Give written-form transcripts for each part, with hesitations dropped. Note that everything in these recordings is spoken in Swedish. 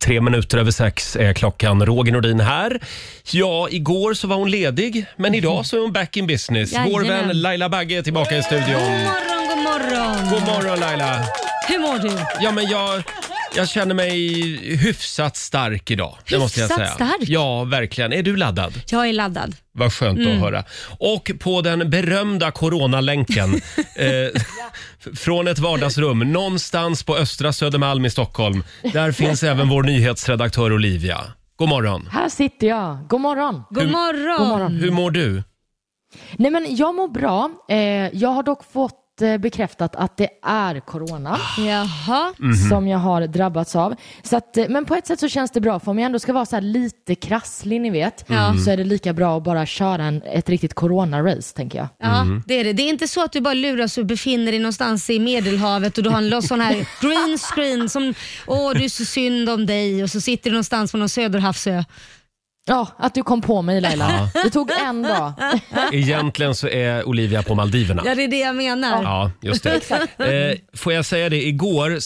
6:03 är klockan. Roger Nordin här. Ja, igår så var hon ledig, men idag så är hon back in business. Vår vän Laila Bagge är tillbaka i studion. God morgon, god morgon. God morgon Laila. Hur mår du? Ja, men jag känner mig hyfsat stark idag. Det måste jag säga. Stark? Ja, verkligen. Är du laddad? Jag är laddad. Vad skönt att höra. Och på den berömda coronalänken från ett vardagsrum någonstans på Östra Södermalm i Stockholm. Där finns även vår nyhetsredaktör Olivia. God morgon. Här sitter jag. God morgon. God morgon. Hur mår du? Nej, men jag mår bra. Jag har dock fått bekräftat att det är corona som jag har drabbats av. Så att, men på ett sätt så känns det bra, för om jag ändå ska vara så här lite krasslig, ni vet, så är det lika bra att bara köra ett riktigt corona-race, tänker jag. Ja, det är det. Det är inte så att du bara luras och befinner dig någonstans i Medelhavet och du har en sån här green screen som, du är så synd om dig, och så sitter du någonstans på någon söderhavsö. Ja, att du kom på mig, Laila. Det tog en dag. Egentligen så är Olivia på Maldiverna. Ja, det är det jag menar. Ja, just det. Får jag säga det, igår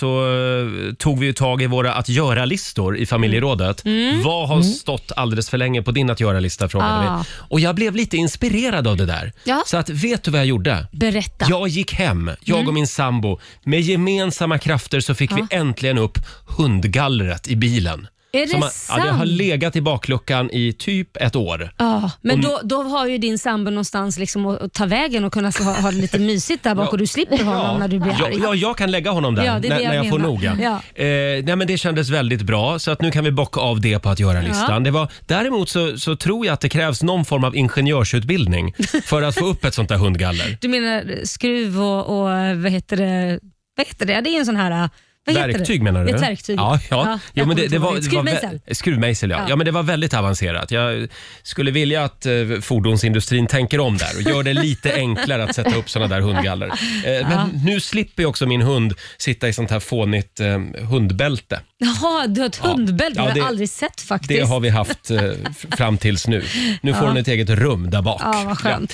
så tog vi ju tag i våra att göra-listor i familjerådet. Vad har stått alldeles för länge på din att göra-lista, frågade vi. Och jag blev lite inspirerad av det där. Ja. Så att, vet du vad jag gjorde? Berätta. Jag gick hem, jag och min sambo. Med gemensamma krafter så fick vi äntligen upp hundgallret i bilen. Är det sant? Det har legat i bakluckan i typ ett år. Ja, men då har ju din sambo någonstans liksom att ta vägen och kunna ha det lite mysigt där bak, och du slipper honom när du blir arg. Ja, jag kan lägga honom där när jag får nog. Nej, men det kändes väldigt bra, så att nu kan vi bocka av det på att göra listan. Däremot så tror jag att det krävs någon form av ingenjörsutbildning för att få upp ett sånt där hundgaller. Du menar skruv och vad heter det? Det är en sån här... Verktyg menar du? Ett verktyg. Ja. Jo, men det var skruvmejsel. Skruvmejsel, ja. Men det var väldigt avancerat. Jag skulle vilja att fordonsindustrin tänker om där och gör det lite enklare att sätta upp såna där hundgaller. Men nu slipper ju också min hund sitta i sånt här fånigt hundbälte. Jaha, du har ett hundbälte. Det har jag aldrig sett faktiskt. Det har vi haft fram tills nu. Nu får hon ett eget rum där bak. Ja, vad skönt.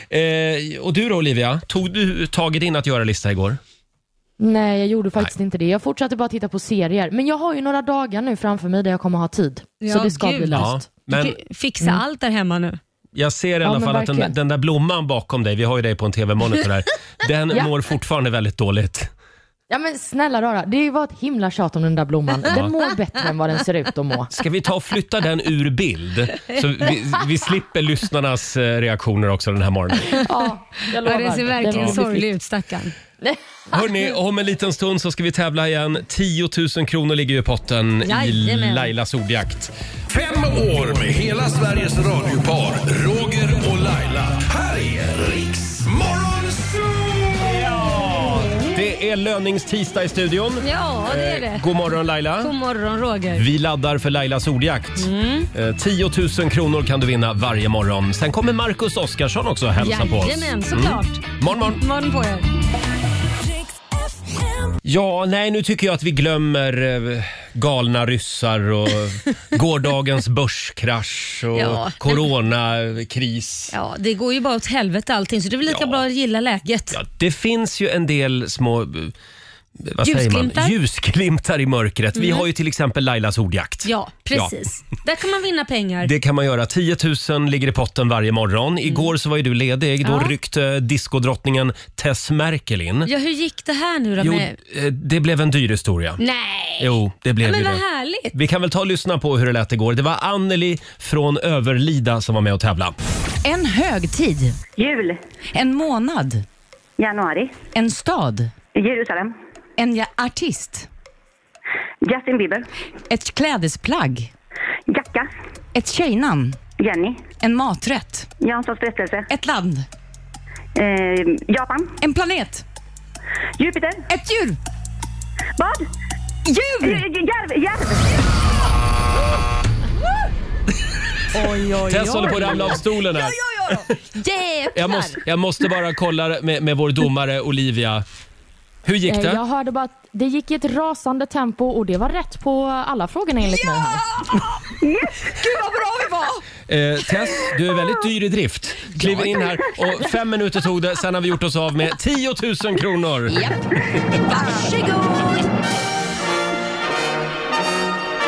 Och du då, Olivia? Tog du tag i din att göra-lista igår? Nej, jag gjorde faktiskt inte det. Jag fortsatte bara titta på serier. Men jag har ju några dagar nu framför mig där jag kommer ha tid. Så det ska bli löst. Men fixa allt där hemma nu. Jag ser i alla fall att den där blomman bakom dig, vi har ju dig på en tv-monitor här, den mår fortfarande väldigt dåligt. Ja, men snälla rara, det var ett himla tjat om den där blomman. Den mår bättre än vad den ser ut att må. Ska vi ta och flytta den ur bild? Så vi slipper lyssnarnas reaktioner också den här morgonen. Ja, jag lovar. Det ser verkligen sorglig ut, stackarn. Hörrni, om en liten stund så ska vi tävla igen. 10 000 kronor ligger i potten. Jajamän. I Lailas ordjakt. 5 år med hela Sveriges radiopar Roger och Laila. Här är Riks Morgonzoo! Ja, det är löningstisdag i studion. Ja, det är det. God morgon Laila. God morgon Roger. Vi laddar för Lailas ordjakt. 10 000 kronor kan du vinna varje morgon. Sen kommer Marcus Oskarsson också hälsa på oss. Jajamän, såklart. Morgon på er. Ja, nej, nu tycker jag att vi glömmer galna ryssar och gårdagens börskrasch och coronakris. Ja, det går ju bara åt helvete allting, så det är väl lika bra att gilla läget. Ja, det finns ju en del små... Ljusglimtar i mörkret. Vi har ju till exempel Lailas ordjakt. Ja, precis. Ja. Där kan man vinna pengar. Det kan man göra. 10 000 ligger i potten varje morgon. Igår så var ju du ledig. Då ryckte diskodrottningen Tess Merkel in. Ja, hur gick det här nu då? Det blev en dyr historia. Nej! Jo, det blev men det. vad härligt. Vi kan väl ta och lyssna på hur det lät igår. Det var Anneli från Överlida som var med och tävla. En högtid. Jul. En månad. Januari. En stad. Jerusalem. En artist. Justin Bieber. Ett klädesplagg. Jacka. Ett tjejnamn. Jenny. En maträtt. Janssons frestelse. Ett land. Japan. En planet. Jupiter. Ett djur. Vad? Djur! Järv. Oj. Tess håller på att ramla av stolen här. Jag måste bara kolla med vår domare Olivia. Hur gick det? Jag hörde bara att det gick i ett rasande tempo och det var rätt på alla frågorna enligt mig här. Gud vad bra vi var! Tess, du är väldigt dyr i drift. Kliver in här och 5 minuter tog det, sen har vi gjort oss av med 10 000 kronor. Ja. Varsågod!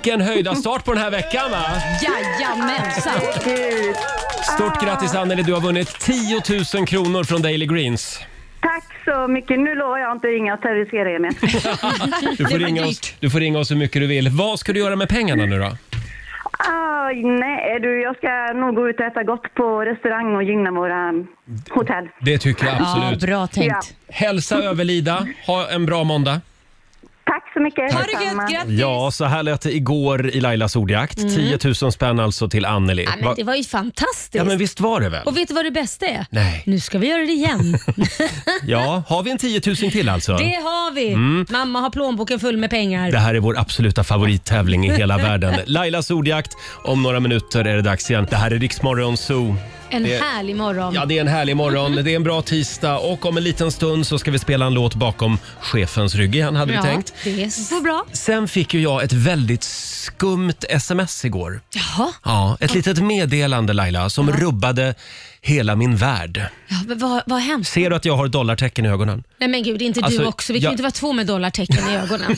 Vilken höjda start på den här veckan, va? Jajamensan. Stort grattis Anneli, du har vunnit 10 000 kronor från Daily Greens. Tack så mycket. Nu lovar jag inte ringa och terrorisera er med. Du får ringa oss hur mycket du vill. Vad ska du göra med pengarna nu då? Nej du, jag ska nog gå ut och äta gott på restaurang och gynna våra hotell. Det tycker jag absolut. Ja, bra tänkt. Ja. Hälsa Överlida. Ha en bra måndag. Tack så mycket. Ha det gött, grattis. Ja, så här lät det igår i Lailas ordjakt. 10 000 spänn alltså till Anneli. Ja, men det var ju fantastiskt. Ja, men visst var det väl? Och vet du vad det bästa är? Nej. Nu ska vi göra det igen. Ja, har vi en 10 000 till alltså? Det har vi. Mamma har plånboken full med pengar. Det här är vår absoluta favorittävling i hela världen. Lailas ordjakt. Om några minuter är det dags igen. Det här är Rix Morgon Zoo. En härlig morgon. Ja, det är en härlig morgon. Det är en bra tisdag och om en liten stund så ska vi spela en låt bakom chefens rygg igen, hade vi tänkt. Det är så bra. Sen fick ju jag ett väldigt skumt sms igår. Jaha. Ja, ett litet meddelande Laila som rubbade hela min värld. Ja, men vad har hänt? Ser du att jag har dollartecken i ögonen? Nej men gud, inte Alltså, du också. Vi kan ju inte vara två med dollartecken i ögonen.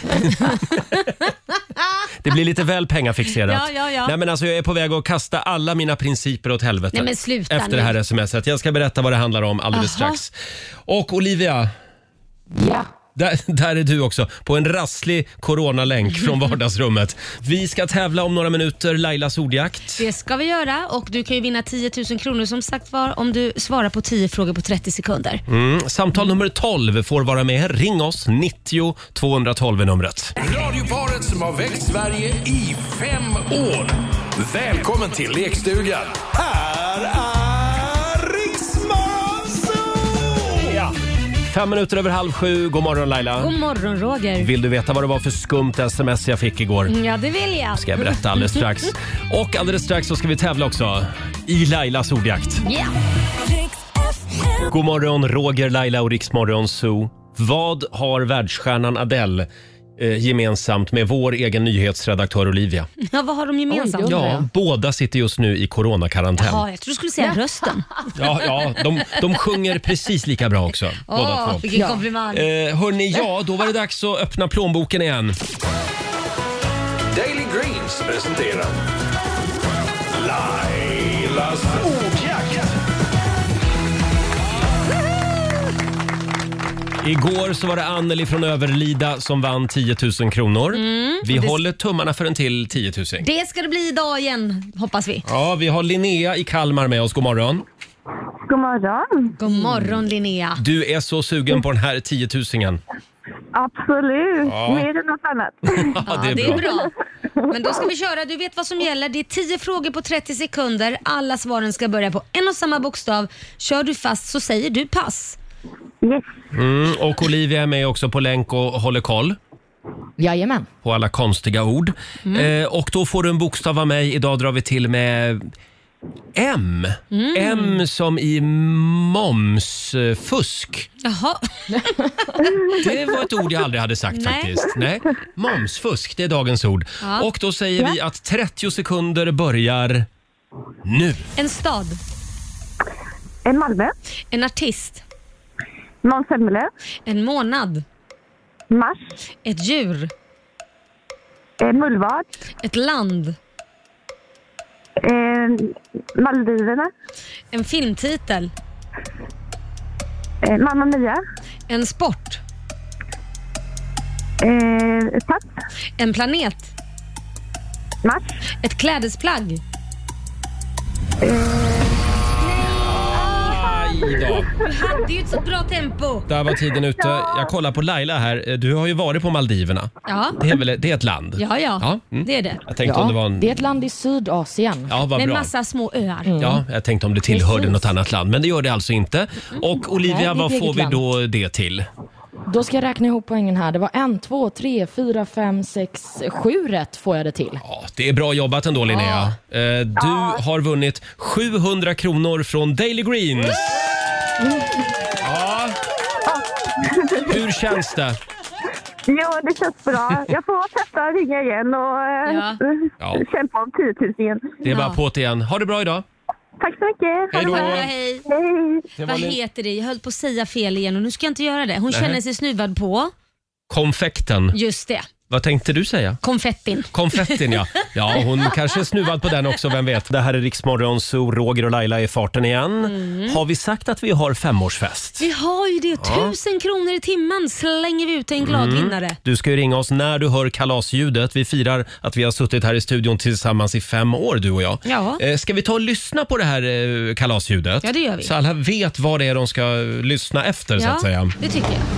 Det blir lite väl pengafixerat. Ja. Nej, men alltså, jag är på väg att kasta alla mina principer åt helvete. Nej, men sluta efter nu. det här smset. Jag ska berätta vad det handlar om alldeles strax. Och Olivia, Ja. där är du också på en rasslig coronalänk från vardagsrummet. Vi ska tävla om några minuter, Lailas ordjakt. Det ska vi göra och du kan ju vinna 10 000 kronor som sagt var om du svarar på 10 frågor på 30 sekunder. Samtal nummer 12 får vara med. Ring oss, 90 212 är numret. Radioparet som har väckt Sverige i 5 år. Välkommen till lekstugan. Här är Rix Morgon Zoo! Ja. 5 minuter över 6:30. God morgon Laila. God morgon Roger. Vill du veta vad det var för skumt sms jag fick igår? Ja, det vill jag. Ska jag berätta alldeles strax. Och alldeles strax så ska vi tävla också i Lailas ordjakt. Ja. God morgon Roger, Laila och Rix Morgon Zoo. Vad har världsstjärnan Adele gemensamt med vår egen nyhetsredaktör Olivia? Ja, vad har de gemensamt? Oj, Ja, båda sitter just nu i coronakarantän. Ja, jag tror du skulle säga rösten. Ja, de sjunger precis lika bra också, båda två. Vilken komplimang. Hörni, då var det dags att öppna plånboken igen. Daily Greens presenterar Lailas ordjakt. Igår så var det Anneli från Överlida som vann 10 000 kronor. Vi håller tummarna för en till 10 000. Det ska det bli idag igen, hoppas vi. Ja, vi har Linnea i Kalmar med oss. God morgon. God morgon. God morgon Linnea. Du är så sugen på den här 10 000. Absolut. Ja. Mer än något annat. Ja, det är bra. Men då ska vi köra. Du vet vad som gäller. Det är 10 frågor på 30 sekunder. Alla svaren ska börja på en och samma bokstav. Kör du fast så säger du pass. Yes. Och Olivia är med också på länk och håller koll Jajamän. på alla konstiga ord. Och då får du en bokstav av mig. Idag drar vi till med M. M som i momsfusk. Jaha. Det var ett ord jag aldrig hade sagt faktiskt. Nej. Momsfusk, det är dagens ord. Ja. Och då säger vi att 30 sekunder börjar nu. En stad. En Malmö. En artist. Måns Zelmerlöw. En månad. Mars. Ett djur. Mullvad. Ett land. Maldiverna. En filmtitel. Mamma Mia. En sport. Pass. En planet. Mars. Ett klädesplagg. Aj då. Du hade ju ett så bra tempo. Där var tiden ute. Jag kollar på Laila här. Du har ju varit på Maldiverna. Ja. Det är ett land. Ja. Det är det. Jag tänkte om det var en... Det är ett land i Sydasien. Ja, vad Med bra. massa små öar. Ja, jag tänkte om det tillhörde Precis. något annat land. Men det gör det alltså inte. Och Olivia, Nej, det är vad ett får eget vi land. då det till? Då ska jag räkna ihop poängen här. Det var 1, 2, 3, 4, 5, 6, 7 rätt får jag det till. Ja, det är bra jobbat ändå Linnea. Du har vunnit 700 kronor från Daily Greens. Ja. Hur känns det? Ja, det känns bra. Jag får testa att ringa igen och kämpa om 10 000 igen. Det är bara på det igen. Ha det bra idag. Tack så mycket. Hej då. Hej. Hej. Vad heter det? Jag höll på att säga fel igen och nu ska jag inte göra det. Hon känner sig snuvad på. Konfekten. Just det. Vad tänkte du säga? Konfettin, ja. Ja, hon kanske är snuvad på den också, vem vet. Det här är Rix Morgon Zoo, Roger och Laila är i farten igen. Har vi sagt att vi har 5-årsfest? Vi har ju det. 1000 kronor i timmen slänger vi ut till en glad vinnare. Du ska ju ringa oss när du hör kalasljudet. Vi firar att vi har suttit här i studion tillsammans i 5 år, du och jag. Ja. Ska vi ta och lyssna på det här kalasljudet? Ja, det gör vi. Så alla vet vad det är de ska lyssna efter, så att säga. Ja, det tycker jag.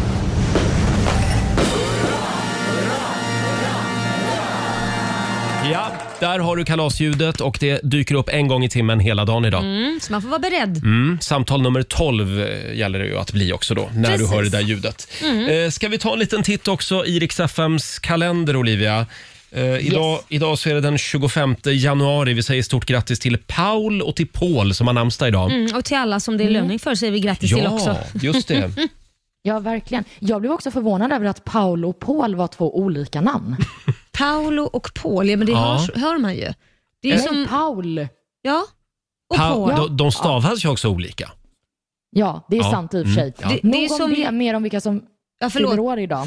Ja, där har du kalasljudet och det dyker upp en gång i timmen hela dagen idag. Så man får vara beredd. Samtal nummer 12 gäller det ju att bli också då, när du hör det där ljudet. Ska vi ta en liten titt också i Rix FMs kalender, Olivia? Idag så är det den 25 januari. Vi säger stort grattis till Paul och till Paul som har namnsdag idag. Och till alla som det är löning för säger vi grattis till också. Ja, just det. Ja, verkligen. Jag blev också förvånad över att Paul och Paul var 2 olika namn. Paolo och Paul, ja men det hör man ju. Det är som Paul. Ja. Och Paul. De stavas ju också olika. Ja, det är sant i och för sig. Det är som som mer om vilka som fyller år idag.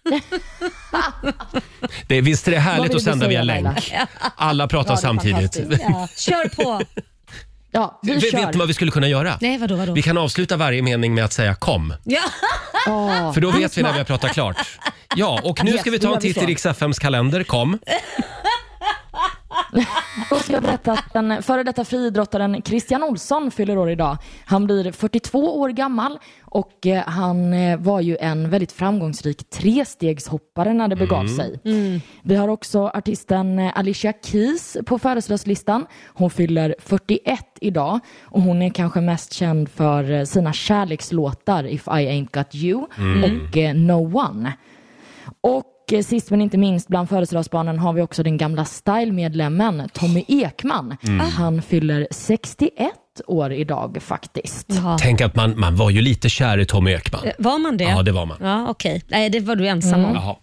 Visst är det härligt att sända via länk. Alla pratar samtidigt. Ja. Kör på. Ja, vi kör. Vet du vad vi skulle kunna göra? Nej, vadå? Vi kan avsluta varje mening med att säga kom. Ja. För då vet vi när vi har pratat klart. Ja, och nu ska vi ta en titt i Rix FMs kalender. Kom. Då ska jag berätta att den före detta friidrottaren Christian Olsson fyller år idag. Han blir 42 år gammal och han var ju en väldigt framgångsrik 3-stegshoppare när det begav sig. Vi har också artisten Alicia Keys på födelsedagslistan. Hon fyller 41 idag och hon är kanske mest känd för sina kärlekslåtar If I Ain't Got You och No One. Och sist men inte minst bland födelsedagsbarnen har vi också den gamla Style-medlemmen Tommy Ekman. Han fyller 61 år idag faktiskt. Jaha. Tänk att man var ju lite kär i Tommy Ekman. Var man det? Ja, det var man. Ja, okej. Nej, det var du ensam om. Jaha.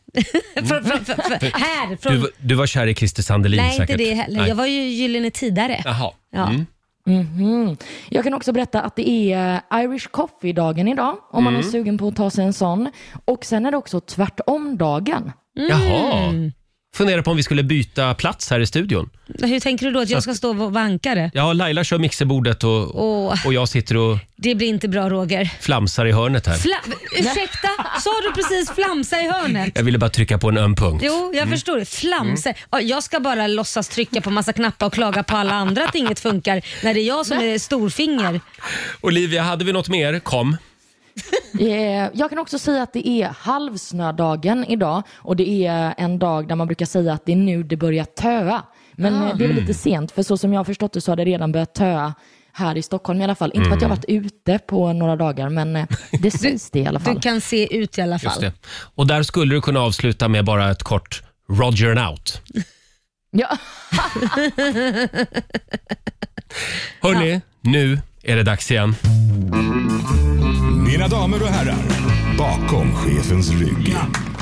Du var kär i Christer Sandelin nej, säkert. Nej, inte det heller. Nej. Jag var ju Gyllene Tidare. Jaha. Ja. Jag kan också berätta att det är Irish Coffee-dagen idag om man är sugen på att ta sig en sån. Och sen är det också tvärtom-dagen. Jaha. Funderar på om vi skulle byta plats här i studion. Hur tänker du då? Att jag ska stå och vanka det? Ja, Laila kör mixerbordet och jag sitter och... Det blir inte bra, Roger. Flamsar i hörnet här. Ursäkta, sa du precis flamsa i hörnet? Jag ville bara trycka på en öm punkt. Jo, jag förstår det. Flamsa. Jag ska bara låtsas trycka på massa knappar och klaga på alla andra att inget funkar när det är jag som är storfinger. Olivia, hade vi något mer? Kom. Jag kan också säga att det är halvsnödagen idag och det är en dag där man brukar säga att det är nu det börjar töa. Men det är lite sent, för så som jag har förstått det så har det redan börjat töa här i Stockholm i alla fall. Inte för att jag har varit ute på några dagar, men det syns det i alla fall. Du kan se ut i alla fall. Just det. Och där skulle du kunna avsluta med bara ett kort Roger and out. Ja. Hörrni, nu är det dags igen. Mina damer och herrar, bakom chefens rygg.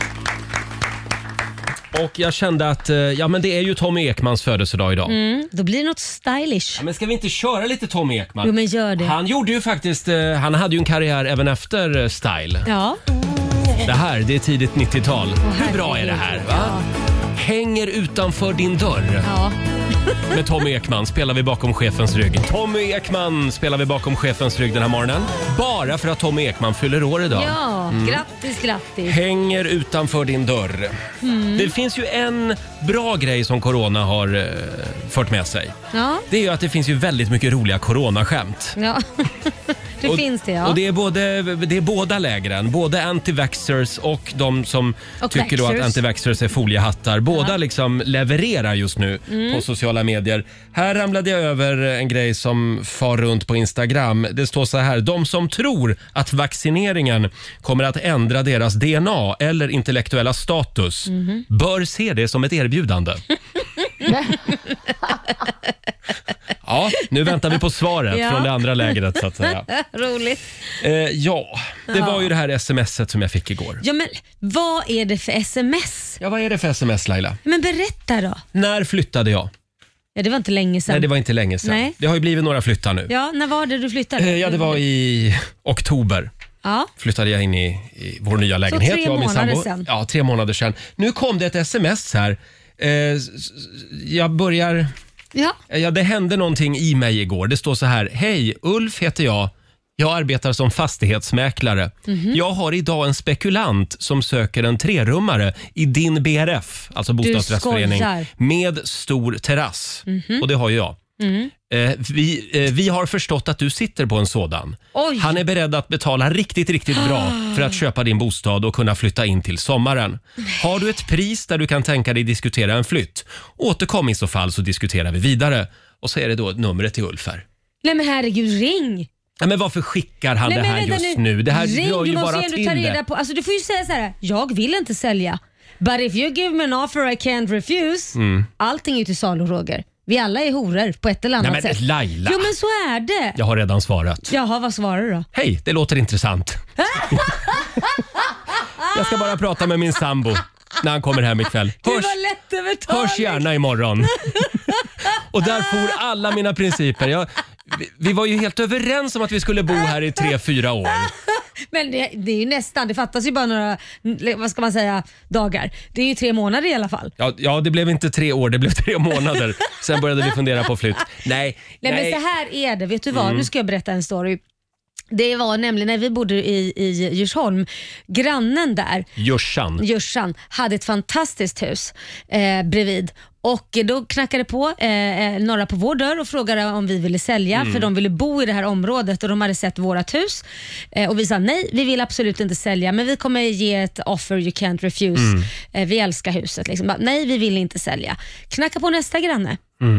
Och jag kände att men det är ju Tommy Ekmans födelsedag idag. Då blir det något stylish. Ja, men ska vi inte köra lite Tommy Ekman? Jo, men gör det. Han gjorde ju faktiskt, han hade ju en karriär även efter Style. Ja. Det är tidigt 90-tal. Hur bra är det här, va? Ja. Hänger utanför din dörr. Ja. Med Tommy Ekman spelar vi bakom chefens rygg. Tommy Ekman spelar vi bakom chefens rygg den här morgonen. Bara för att Tommy Ekman fyller år idag. Ja, grattis. Hänger utanför din dörr. Det finns ju en bra grej som corona har fört med sig. Ja. Det är ju att det finns ju väldigt mycket roliga coronaskämt. Ja. Finns det, ja. Och det är båda lägren. Både anti-vaxxers och de som tycker då att anti-vaxxers är foliehattar. Båda liksom levererar just nu på sociala medier. Här ramlade jag över en grej som far runt på Instagram. Det står så här: de som tror att vaccineringen kommer att ändra deras DNA eller intellektuella status bör se det som ett erbjudande. Ja, nu väntar vi på svaret från det andra lägret så att säga. Roligt. Det var ju det här sms:et som jag fick igår. Ja, men vad är det för sms? Ja, vad är det för sms, Laila? Men berätta då. När flyttade jag? Ja, det var inte länge sedan. Nej, det var inte länge sedan. Nej. Det har ju blivit några flyttar nu. Ja, när var det du flyttade? Ja, det var i oktober. flyttade jag in i vår nya lägenhet. Så 3 månader sedan. Ja, 3 månader sedan. Nu kom det ett sms här. Jag börjar... Ja, det hände någonting i mig igår. Det står så här: hej, Ulf heter jag. Jag arbetar som fastighetsmäklare. Jag har idag en spekulant som söker en 3-rummare i din BRF, alltså bostadsrättsförening, med stor terrass. Och det har ju jag. Vi har förstått att du sitter på en sådan. Oj. Han är beredd att betala riktigt, riktigt bra för att köpa din bostad och kunna flytta in till sommaren. Har du ett pris där du kan tänka dig diskutera en flytt? Återkom i så fall så diskuterar vi vidare. Och så är det då numret till Ulf här. Nej men herregud, ring! Ja, men varför skickar han det här just nu? Det här gör ju bara till ta reda på. Alltså, du får ju säga så här: jag vill inte sälja. But if you give me an offer I can't refuse. Allting är ju till salu, Roger. Vi alla är horor på ett eller annat sätt. Laila. Jo men så är det. Jag har redan svarat. Jaha, vad svarar du då? Hej, det låter intressant. Jag ska bara prata med min sambo när han kommer hem ikväll. Hörs gärna imorgon. Och där får alla mina principer. Vi var ju helt överens om att vi skulle bo här i 3-4 år. Men det är ju nästan, det fattas ju bara några, vad ska man säga, dagar. Det är ju 3 månader i alla fall. Ja, det blev inte 3 år, det blev 3 månader. Sen började vi fundera på flytt. Nej. Men så här är det, vet du vad? Nu ska jag berätta en story. Det var nämligen när vi bodde i Djursholm. Grannen där, Djursan, hade ett fantastiskt hus bredvid. Och då knackade på några på vår dörr och frågade om vi ville sälja. För de ville bo i det här området och de hade sett vårat hus. Och vi sa nej, vi vill absolut inte sälja. Men vi kommer ge ett offer you can't refuse. Vi älskar huset. Liksom. Nej, vi vill inte sälja. Knacka på nästa granne.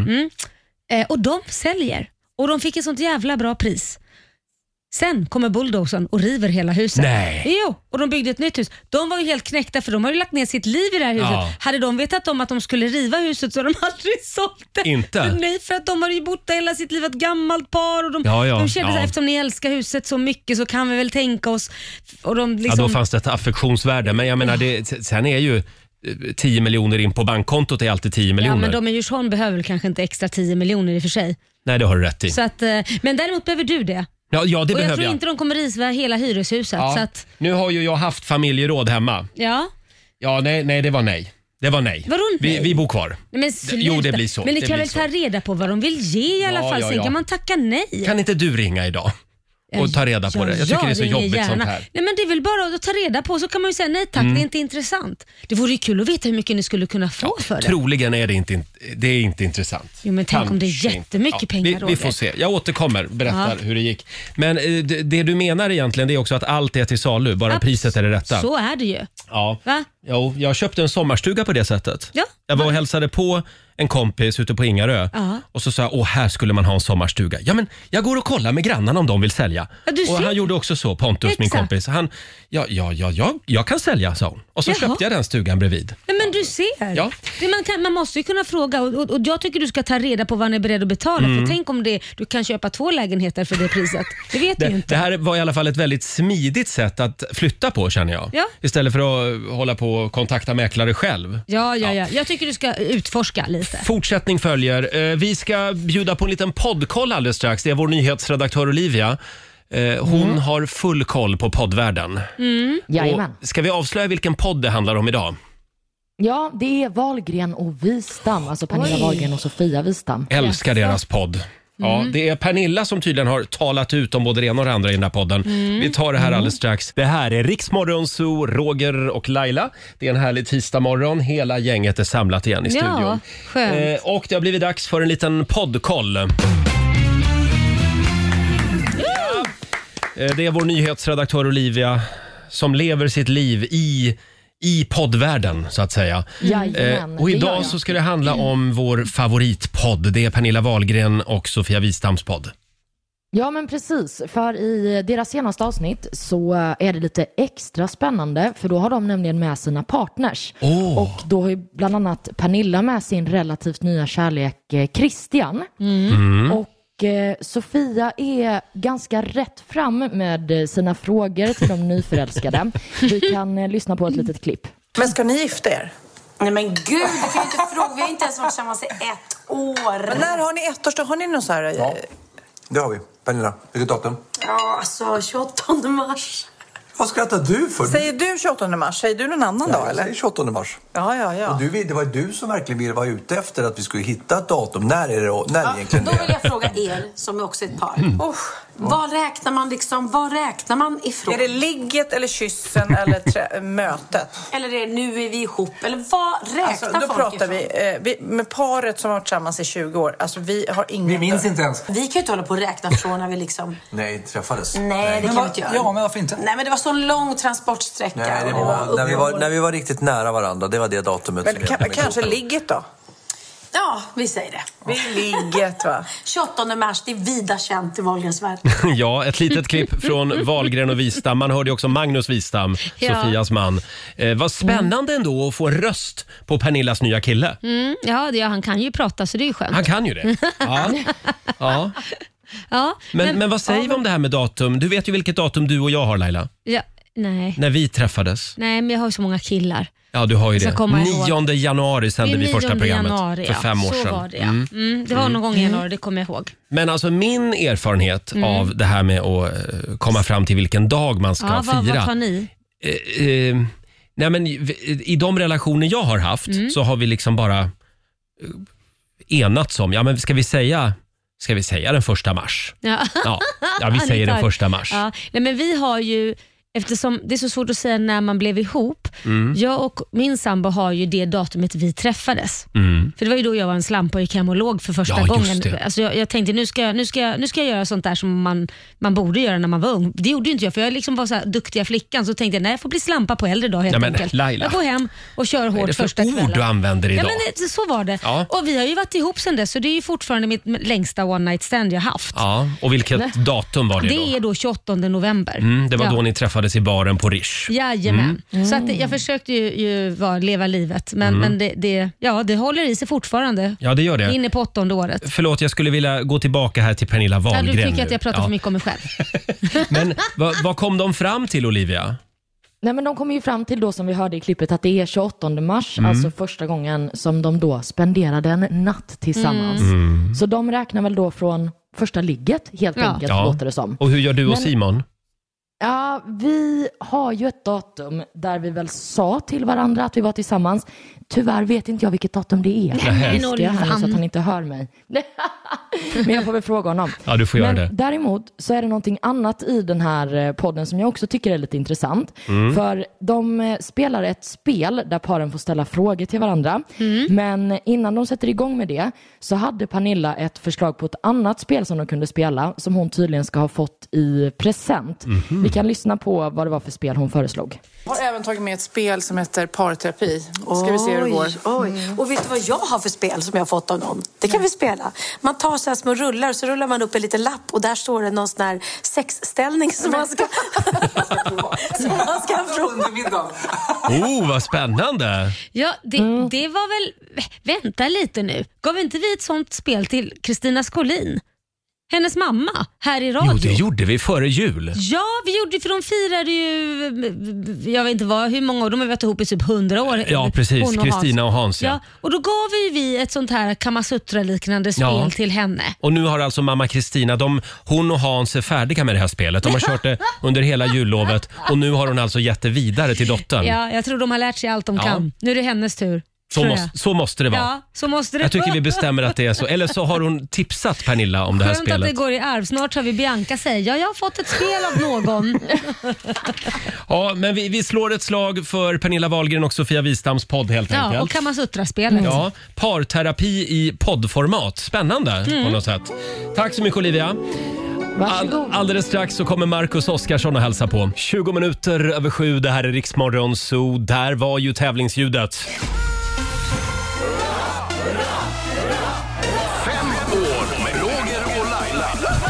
Och de säljer. Och de fick ett sånt jävla bra pris. Sen kommer bulldozern och river hela huset. Nej. Jo, och de byggde ett nytt hus. De var ju helt knäckta för de har ju lagt ner sitt liv i det här huset. Ja. Hade de vetat om att de skulle riva huset så hade de aldrig sålt det. Inte? Nej, för att de har ju bott där hela sitt liv, ett gammalt par. Och de kände så här, eftersom ni älskar huset så mycket så kan vi väl tänka oss. Och de liksom... då fanns det ett affektionsvärde. Men jag menar, sen är ju 10 miljoner in på bankkontot är alltid 10 miljoner. Ja, men de i Djursholm behöver kanske inte extra 10 miljoner i och för sig. Nej, det har du rätt i. Så att, men däremot behöver du det. Ja, det och behöver jag tror inte de kommer riva hela hyreshuset. Ja. Så att... Nu har ju jag haft familjeråd hemma. Ja. Ja, nej, det var nej. Det var nej. Vadå nej? Vi bor kvar. Men jo, det blir så. Men ni kan väl ta reda på vad de vill ge i alla fall. Sen kan man tacka nej. Kan inte du ringa idag? Och ta reda på det. Jag tycker det är så jobbigt gärna. sånt här. Nej, men det är väl bara att ta reda på, så kan man ju säga nej tack, det är inte intressant. Det vore ju kul att veta hur mycket ni skulle kunna få för det. Troligen är det är inte intressant. Jo, men tänk om det är jättemycket pengar. Vi får se. Jag återkommer, berättar hur det gick. Men det du menar egentligen, det är också att allt är till salu, bara priset är det rätta. Så är det ju. Ja. Va? Jo, jag köpte en sommarstuga på det sättet. Ja. Jag var och hälsade på en kompis ute på Ingarö. Och så sa jag, här skulle man ha en sommarstuga. Ja, men jag går och kollar med grannarna om de vill sälja. Och han gjorde också så, Pontus, min kompis. Han, jag kan sälja, sa hon. Och så köpte jag den stugan bredvid. Nej, men du ser. Ja. Man måste ju kunna fråga och jag tycker du ska ta reda på vad ni är beredd att betala. För tänk om du kan köpa 2 lägenheter för det priset. Det vet du ju inte. Det här var i alla fall ett väldigt smidigt sätt att flytta på, känner jag. Ja. Istället för att hålla på och kontakta mäklare själv. Ja. Jag tycker du ska utforska lite. Fortsättning följer. Vi ska bjuda på en liten poddkoll alldeles strax. Det är vår nyhetsredaktör Olivia. Hon har full koll på poddvärlden. Och ska vi avslöja vilken podd det handlar om idag? Ja, det är Wahlgren och Wistam. Alltså Pernilla Wahlgren och Sofia Wistam. Älskar deras podd. Ja, det är Pernilla som tydligen har talat ut om både det ena och det andra i den här podden. Vi tar det här alldeles strax. Det här är Rix Morgon Zoo, Roger och Laila. Det är en härlig tisdagmorgon. Hela gänget är samlat igen i studion. Ja, skönt. Och det har blivit dags för en liten poddkoll. Det är vår nyhetsredaktör Olivia som lever sitt liv i poddvärlden, så att säga. Och idag så ska det handla om vår favoritpodd. Det är Pernilla Wahlgren och Sofia Wistams podd. Ja, men precis. För i deras senaste avsnitt så är det lite extra spännande. För då har de nämligen med sina partners. Och då har ju bland annat Pernilla med sin relativt nya kärlek Christian. Och Sofia är ganska rätt fram med sina frågor till de nyförälskade. Vi kan lyssna på ett litet klipp. Men ska ni gifta er? Nej men gud, du kan ju inte fråga. Vi har inte ens varit tillsammans i 1 år. Men när har ni ettårsdag? Har ni någon så här... Ja, det har vi. Pernilla, vilket datum? Ja, alltså 28 mars. Vad skrattar du för? Säger du 28 mars? Säger du någon annan dag eller? Jag säger 28 mars. Ja. Och det var du som verkligen ville vara ute efter att vi skulle hitta ett datum. När är det egentligen då vill jag fråga er som är också ett par. Vad räknar man ifrån? Är det ligget eller kyssen eller mötet? Eller är det nu är vi ihop? Eller vad räknar då folk pratar ifrån? vi med paret som har varit tillsammans i 20 år. Alltså vi har ingen... Vi minns inte ens. Vi kan ju inte hålla på och räkna från när vi liksom... Nej, träffades. Nej, det kan vi inte göra. Ja, men varför inte? Nej, men det var så lång transportsträcka. Nej, det var när vi var riktigt nära varandra. Det var det datumet. Men kanske ligget då? Ja, vi säger det. Vi ligget, va? 28 mars, det är vida känt i Wahlgrens värld. Ja, ett litet klipp från Wahlgren och Wistam. Man hörde också Magnus Wistam, Sofias man. Vad spännande ändå att få en röst på Pernillas nya kille. Ja, han kan ju prata så det är ju skönt. Han kan ju det. Ja. Ja, Men vad säger vi om det här med datum? Du vet ju vilket datum du och jag har, Laila. Ja, nej. När vi träffades. Nej, men jag har ju så många killar. Ja, du har ju det. 9 januari sände vi första programmet januari, för 5 år sedan. Så var det, det var någon gång i januari, det kommer jag ihåg. Men alltså min erfarenhet av det här med att komma fram till vilken dag man ska fira. Vad tar ni? Nej, men i de relationer jag har haft så har vi liksom bara enats om, men ska vi säga den 1 mars? Ja, vi säger den 1 mars. Ja. Nej, men vi har ju, eftersom det är så svårt att säga när man blev ihop. Jag och min sambo har ju det datumet vi träffades. För det var ju då jag var en slampa och gick hem och låg för första gången. Alltså jag tänkte nu ska jag göra sånt där som man borde göra när man var ung. Det gjorde ju inte jag, för jag liksom var så här duktiga flickan. Så tänkte jag, nej, jag får bli slampa på äldre dag helt enkelt. Laila. Jag går hem och kör hårt första kvällen. Vad är det för ord du använder idag? Ja, men så var det. Ja. Och vi har ju varit ihop sedan dess, så det är ju fortfarande mitt längsta one night stand jag haft. Ja, och vilket datum var det då? Det är då 28 november. Det var då ni träffades i baren på Rish. Jajamän. Så att jag försökte ju leva livet. Men det håller i sig fortfarande. Ja, det gör det. Inne på 8:e året. Förlåt, jag skulle vilja gå tillbaka här till Pernilla Wahlgren. Du tycker att jag pratar för mycket om mig själv. Men vad kom de fram till, Olivia? Nej, men de kom ju fram till då, som vi hörde i klippet, att det är 28 mars, alltså första gången som de då spenderade en natt tillsammans. Så de räknar väl då från första ligget, helt enkelt, låter det som. Och hur gör du och Simon? Ja, vi har ju ett datum där vi väl sa till varandra att vi var tillsammans. Tyvärr vet inte jag vilket datum det är. Så att han inte hör mig. Men jag får väl fråga honom. Ja, du får göra det. Däremot så är det någonting annat i den här podden som jag också tycker är lite intressant. För de spelar ett spel där paren får ställa frågor till varandra. Men innan de sätter igång med det så hade Pernilla ett förslag på ett annat spel som de kunde spela, som hon tydligen ska ha fått i present. Vi kan lyssna på vad det var för spel hon föreslog. Jag har även tagit med ett spel som heter parterapi. Ska vi se hur det går. Och vet du vad jag har för spel som jag har fått av någon? Det kan vi spela. Man tar så här små rullar och så rullar man upp en liten lapp och där står det någon sån här sexställning som man ska prova. Vad spännande. Ja, det var väl... Vänta lite nu. Gav inte vi ett sånt spel till Kristina Skolin? Hennes mamma här i radio. Jo, det gjorde vi före jul. Ja, vi gjorde, för de firade ju, jag vet inte hur många år, de har varit ihop i typ 100 år. Ja, precis. Kristina och Hans. Ja. Och då gav vi ett sånt här Kamasutra-liknande spel till henne. Och nu har alltså mamma Kristina, hon och Hans är färdiga med det här spelet. De har kört det under hela jullovet och nu har hon alltså gett det vidare till dottern. Ja, jag tror de har lärt sig allt de kan. Nu är det hennes tur. Så måste det vara. Ja, så måste det. Jag tycker vi bestämmer att det är så. Eller så har hon tipsat Pernilla om det här spelet. Skönt att det går i arv. Snart har vi Bianca säger, jag har fått ett spel av någon. Ja, men vi slår ett slag för Pernilla Wahlgren och Sofia Wistams podd helt enkelt. Ja, och Kamasutra-spelet. Ja, parterapi i poddformat. Spännande på något sätt. Tack så mycket, Olivia. Alldeles strax så kommer Marcus Oskarsson och hälsa på. 20 minuter över 7, det här är Rix Morgon Zoo. Där var ju tävlingsljudet. 5 år med Roger och Laila.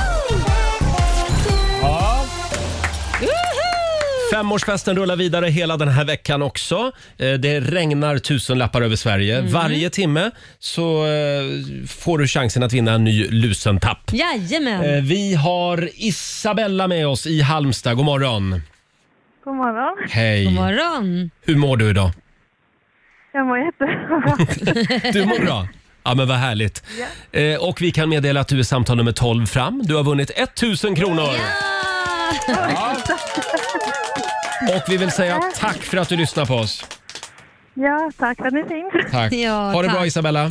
Femårsfesten rullar vidare hela den här veckan också. Det regnar tusenlappar över Sverige. Varje timme så får du chansen att vinna en ny lusentapp. Jajamän. Vi har Isabella med oss i Halmstad. God morgon. God morgon. Hej. God morgon. Hur mår du idag? Jag mår jättebra. Du mår bra? Ja, men vad härligt. Och vi kan meddela att du är samtal nummer 12 fram. Du har vunnit 1000 kronor. Ja! Och vi vill säga tack för att du lyssnar på oss. Ja, tack för att ni är fint. Tack. Ja, ha det tack. bra, Isabella.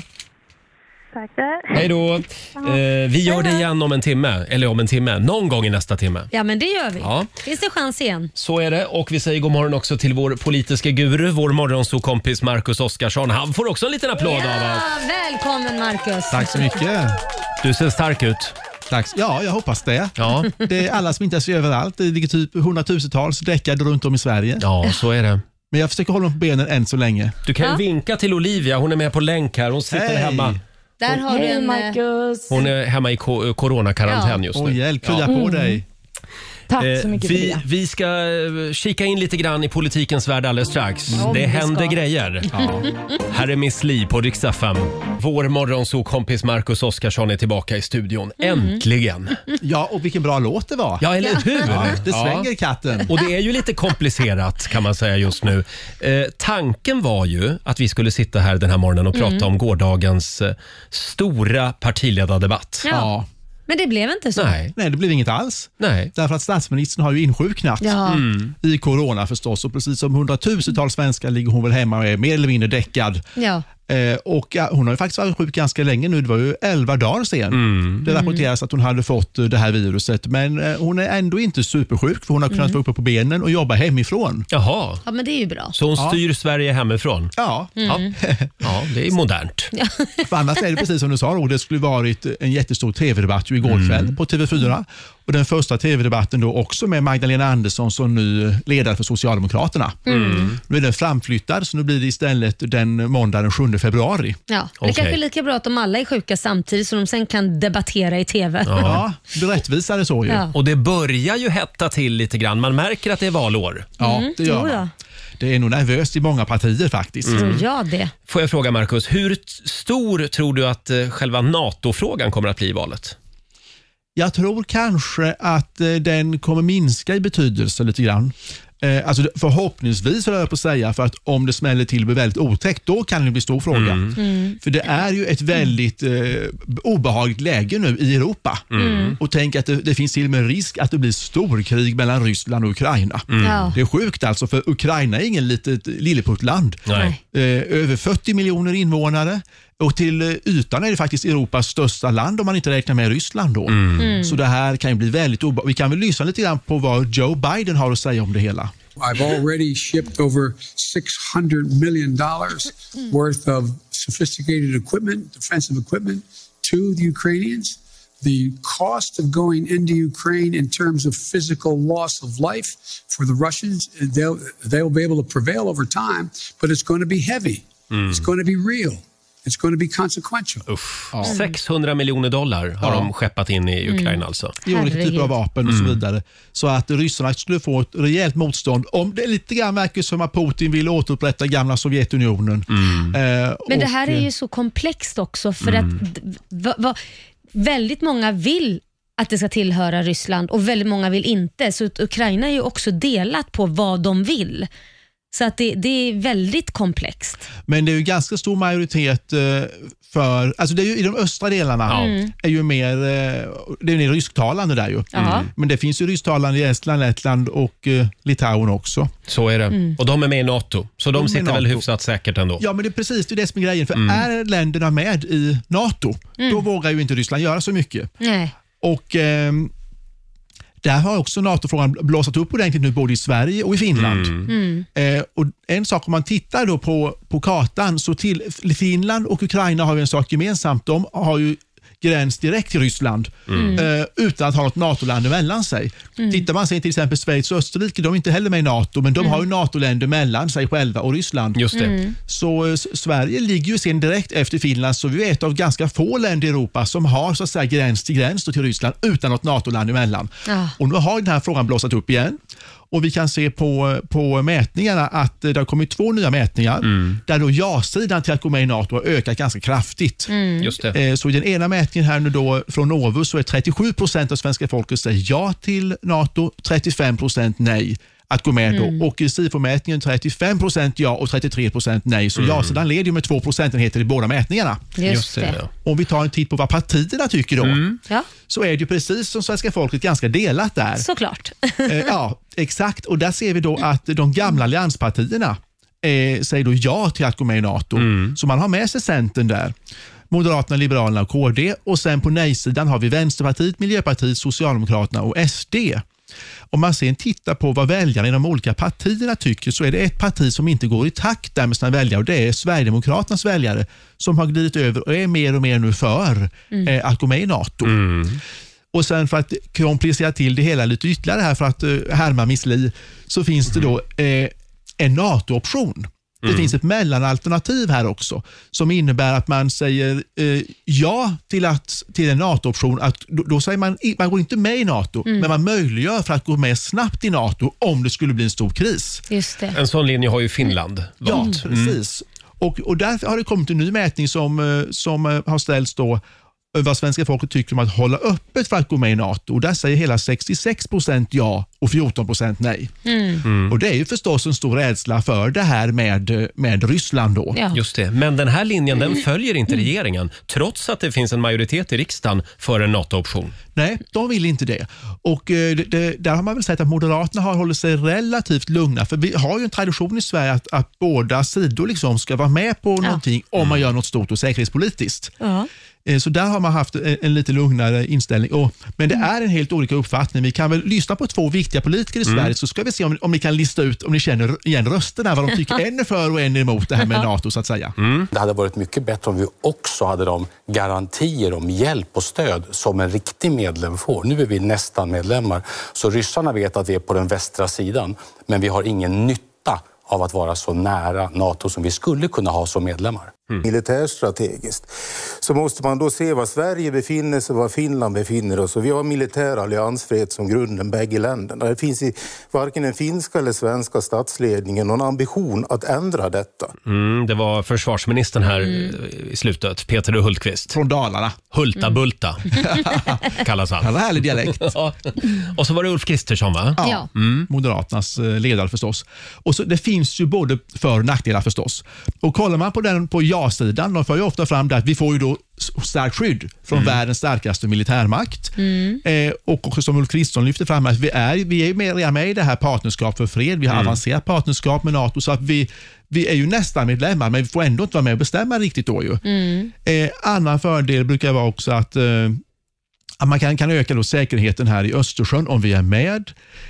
Tackar. Hej då. Vi gör det igen om en timme. Eller om en timme. Någon gång i nästa timme. Ja, men det gör vi. Ja. Finns det chans igen? Så är det. Och vi säger god morgon också till vår politiska guru, vår morgonsokompis Marcus Oskarsson. Han får också en liten applåd av oss. Välkommen Marcus. Tack så mycket. Du ser stark ut. Tack. Ja, jag hoppas det. Ja. Det är alla smittas ju överallt. Det ligger typ 100,000-tals däckade runt om i Sverige. Ja, så är det. Men jag försöker hålla dem på benen än så länge. Du kan ju vinka till Olivia. Hon är med på länk här. Hon sitter hemma. Där har du en... Marcus. Hon är hemma i coronakarantän just nu. Hjälp, krya på dig. Tack så mycket för det. Vi ska kika in lite grann i politikens värld alldeles strax. Det händer grejer. Ja. Här är Miss Li på Rix FM. Vår morgonsokompis Marcus Oskarsson är tillbaka i studion. Äntligen! Ja, och vilken bra låt det var. Ja, eller hur? Ja, det svänger katten. Och det är ju lite komplicerat kan man säga just nu. Tanken var ju att vi skulle sitta här den här morgonen och prata om gårdagens stora partiledardebatt. Ja. Men det blev inte så. Nej, det blev inget alls. Nej. Därför att statsministern har ju insjuknat i corona förstås. Och precis som 100,000-tals svenskar ligger hon väl hemma och är mer eller mindre däckad. Ja. Och hon har ju faktiskt varit sjuk ganska länge nu. Det var ju 11 dagar sedan. Det rapporteras att hon hade fått det här viruset. Men hon är ändå inte supersjuk för hon har kunnat vara uppe på benen och jobba hemifrån. Jaha. Ja, men det är ju bra. Så hon styr Sverige hemifrån? Ja. Ja, det är modernt. För annars är det precis som du sa, det skulle varit en jättestor tv-debatt ju igår kväll på TV4. Och den första tv-debatten då också med Magdalena Andersson som nu ledare för Socialdemokraterna. Nu är den framflyttad så nu blir det istället den måndag den 7 februari. Ja, det är kanske lika bra att de alla är sjuka samtidigt så de sen kan debattera i TV. Ja, det rättvisar så ju. Ja. Och det börjar ju hetta till lite grann. Man märker att det är valår. Ja, det gör man. Det är nog nervöst i många partier faktiskt. Tror jag det. Får jag fråga Marcus, hur stor tror du att själva NATO-frågan kommer att bli i valet? Jag tror kanske att den kommer minska i betydelse lite grann. Alltså förhoppningsvis vill jag på säga, för att om det smäller till blir väldigt otäckt, då kan det bli stor fråga. För det är ju ett väldigt obehagligt läge nu i Europa. Och tänk att det finns till och med risk att det blir storkrig mellan Ryssland och Ukraina. Det är sjukt alltså, för Ukraina är ingen litet lilleputtland. Över 40 miljoner invånare. Och till ytan är det faktiskt Europas största land om man inte räknar med Ryssland då. Så det här kan ju bli väldigt obehagligt. Vi kan väl lyssna lite grann på vad Joe Biden har att säga om det hela. I've already shipped over $600 million worth of sophisticated equipment, defensive equipment, to the Ukrainians. The cost of going into Ukraine in terms of physical loss of life for the Russians, they'll be able to prevail over time, but it's going to be heavy. It's going to be real. It's going to be consequential. 600 miljoner dollar har de skeppat in i Ukraina alltså. I olika typer av vapen och så vidare. Så att ryssarna skulle få ett rejält motstånd. Om det lite grann verkar som att Putin vill återupprätta gamla Sovjetunionen. Men det här är ju så komplext också för att väldigt många vill att det ska tillhöra Ryssland och väldigt många vill inte. Så Ukraina är ju också delat på vad de vill. Så att det är väldigt komplext. Men det är ju ganska stor majoritet för, alltså det är ju i de östra delarna är ju mer, det är mer rysktalande där ju. Men det finns ju rysktalande i Estland, Lettland och Litauen också. Så är det. Och de är med i NATO. Så de sitter väl hyfsat säkert ändå. Ja, men det är precis det som är grejen. För är länderna med i NATO, då vågar ju inte Ryssland göra så mycket. Nej. Och där har också NATO-frågan blåsat upp ordentligt nu både i Sverige och i Finland. Och en sak om man tittar då på kartan, så till Finland och Ukraina har ju en sak gemensamt. De har ju gräns direkt till Ryssland utan att ha något NATO-land emellan sig. Tittar man sig till exempel Schweiz och Österrike, de är inte heller med i NATO, men de har ju NATO-länder mellan sig själva och Ryssland. Just det. Så Sverige ligger ju sen direkt efter Finland, så vi är ett av ganska få länder i Europa som har så att säga gräns till Ryssland utan något NATO-land emellan. Och nu har den här frågan blåsat upp igen. Och vi kan se på mätningarna att det har kommit 2 nya mätningar där då ja-sidan till att gå med i NATO har ökat ganska kraftigt. Just det. Så i den ena mätningen här nu då från Novus så är 37% av svenska folket säger ja till NATO, 35% nej. att gå med då. Och i SIFO-mätningen 35% ja och 33% nej. Så ja-sidan leder ju med 2 procentenheter i båda mätningarna. Just det. Om vi tar en titt på vad partierna tycker då, så är det ju precis som svenska folket ganska delat där. Såklart. Ja, exakt. Och där ser vi då att de gamla allianspartierna säger då ja till att gå med i NATO. Så man har med sig Centern där. Moderaterna, Liberalerna och KD. Och sen på nej-sidan har vi Vänsterpartiet, Miljöpartiet, Socialdemokraterna och SD. Om man sen tittar på vad väljarna i de olika partierna tycker, så är det ett parti som inte går i takt där med sina väljare, och det är Sverigedemokraternas väljare som har glidit över och är mer och mer nu för att gå med i NATO. Och sen för att komplicera till det hela lite ytterligare här, för att härma Miss Li, så finns det då en NATO-option. Det finns ett mellanalternativ här också som innebär att man säger ja till en NATO-option. Då säger man går inte med i NATO, men man möjliggör för att gå med snabbt i NATO om det skulle bli en stor kris. Just det. En sån linje har ju Finland valt. Ja, precis. Och därför har det kommit en ny mätning som har ställts då vad svenska folket tycker om att hålla öppet för att gå med i NATO. Och där säger hela 66% ja och 14% nej. Och det är ju förstås en stor rädsla för det här med Ryssland då. Ja. Just det. Men den här linjen, den följer inte regeringen, trots att det finns en majoritet i riksdagen för en NATO-option. Nej, de vill inte det. Och där har man väl sett att Moderaterna har hållit sig relativt lugna. För vi har ju en tradition i Sverige att båda sidor liksom ska vara med på någonting om man gör något stort och säkerhetspolitiskt. Ja. Så där har man haft en lite lugnare inställning. Men det är en helt olika uppfattning. Vi kan väl lyssna på 2 viktiga politiker i Sverige, så ska vi se om ni kan lista ut, om ni känner igen rösterna, vad de tycker. En är för och en är emot det här med NATO så att säga. Det hade varit mycket bättre om vi också hade de garantier om hjälp och stöd som en riktig medlem får. Nu är vi nästan medlemmar, så ryssarna vet att vi är på den västra sidan, men vi har ingen nytta av att vara så nära NATO som vi skulle kunna ha som medlemmar. Militärstrategiskt så måste man då se var Sverige befinner sig och var Finland befinner sig. Vi har militär alliansfrihet som grunden bägge länderna. Det finns i varken den finska eller svenska statsledningen någon ambition att ändra detta. Det var försvarsministern här i slutet, Peter Hultqvist. Från Dalarna. Hulta-bulta kallas han. Han har härlig dialekt. Och så var det Ulf Kristersson, va? Ja. Moderaternas ledare förstås. Och så, det finns ju både för- och nackdelar förstås. Och kollar man på den på ja-sidan, de får ju ofta fram det att vi får ju då starkt skydd från världens starkaste militärmakt. Och också som Ulf Kristersson lyfter fram att vi är redan med i det här partnerskap för fred. Vi har avancerat partnerskap med NATO, så att vi är ju nästan medlemmar, men vi får ändå inte vara med och bestämma riktigt då ju. Annan fördel brukar vara också att man kan öka då säkerheten här i Östersjön om vi är med.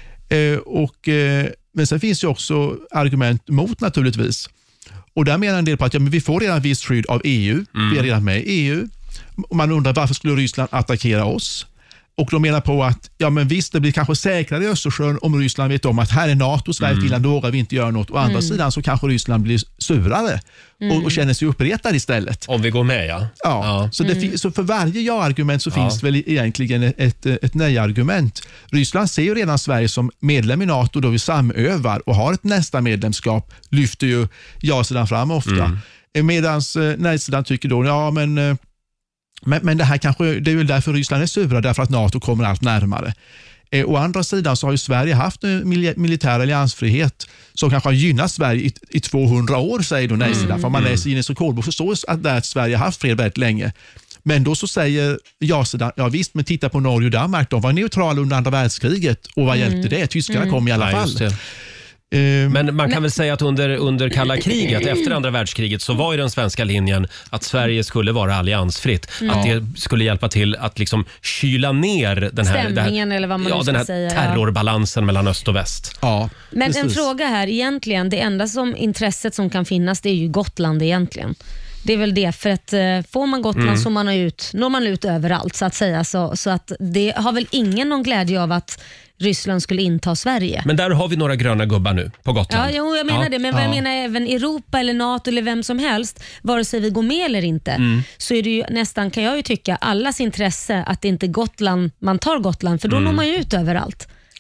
Men sen finns ju också argument mot naturligtvis. Och där menar en del på att men vi får redan visst skydd av EU. Vi är redan med i EU. Och man undrar varför skulle Ryssland attackera oss? Och de menar på att men visst, det blir kanske säkrare i Östersjön om Ryssland vet om att här är NATO, Sverige, Finland, då vågar vi inte göra något. Å andra sidan så kanske Ryssland blir surare och känner sig uppretad istället. Om vi går med, ja. Så för varje ja-argument så finns det väl egentligen ett nej-argument. Ryssland ser ju redan Sverige som medlem i NATO då vi samövar och har ett nästa medlemskap, lyfter ju ja-sidan fram ofta. Medan nej-sidan tycker då, men det här det är väl därför Ryssland är sura, därför att NATO kommer allt närmare. Å andra sidan så har ju Sverige haft en militär alliansfrihet som kanske har gynnat Sverige i 200 år, säger då nej-sidan. För man läser Guinness och Kolbo förstår att Sverige har haft fred väldigt länge. Men då så säger ja-sidan, ja visst, men titta på Norge och Danmark, de var neutrala under andra världskriget och vad hjälpte det? Tyskarna kom i alla fall. Men man kan väl säga att under kalla kriget, efter andra världskriget, så var ju den svenska linjen att Sverige skulle vara alliansfritt. Att det skulle hjälpa till att liksom kyla ner den här stämningen, eller vad man den här säga. Terrorbalansen mellan öst och väst. Ja, men precis. en fråga här, egentligen, det enda intresset som kan finnas, det är ju Gotland egentligen. Det är väl det, för att får man Gotland så når man ut överallt så att säga. Så att det har väl ingen någon glädje av att Ryssland skulle inta Sverige. Men där har vi några gröna gubbar nu på Gotland. Ja, jag menar det. Men vad jag menar, även Europa eller NATO eller vem som helst, vare sig vi går med eller inte, så är det ju nästan, kan jag ju tycka, allas intresse att inte man tar Gotland, för då når man ju ut överallt.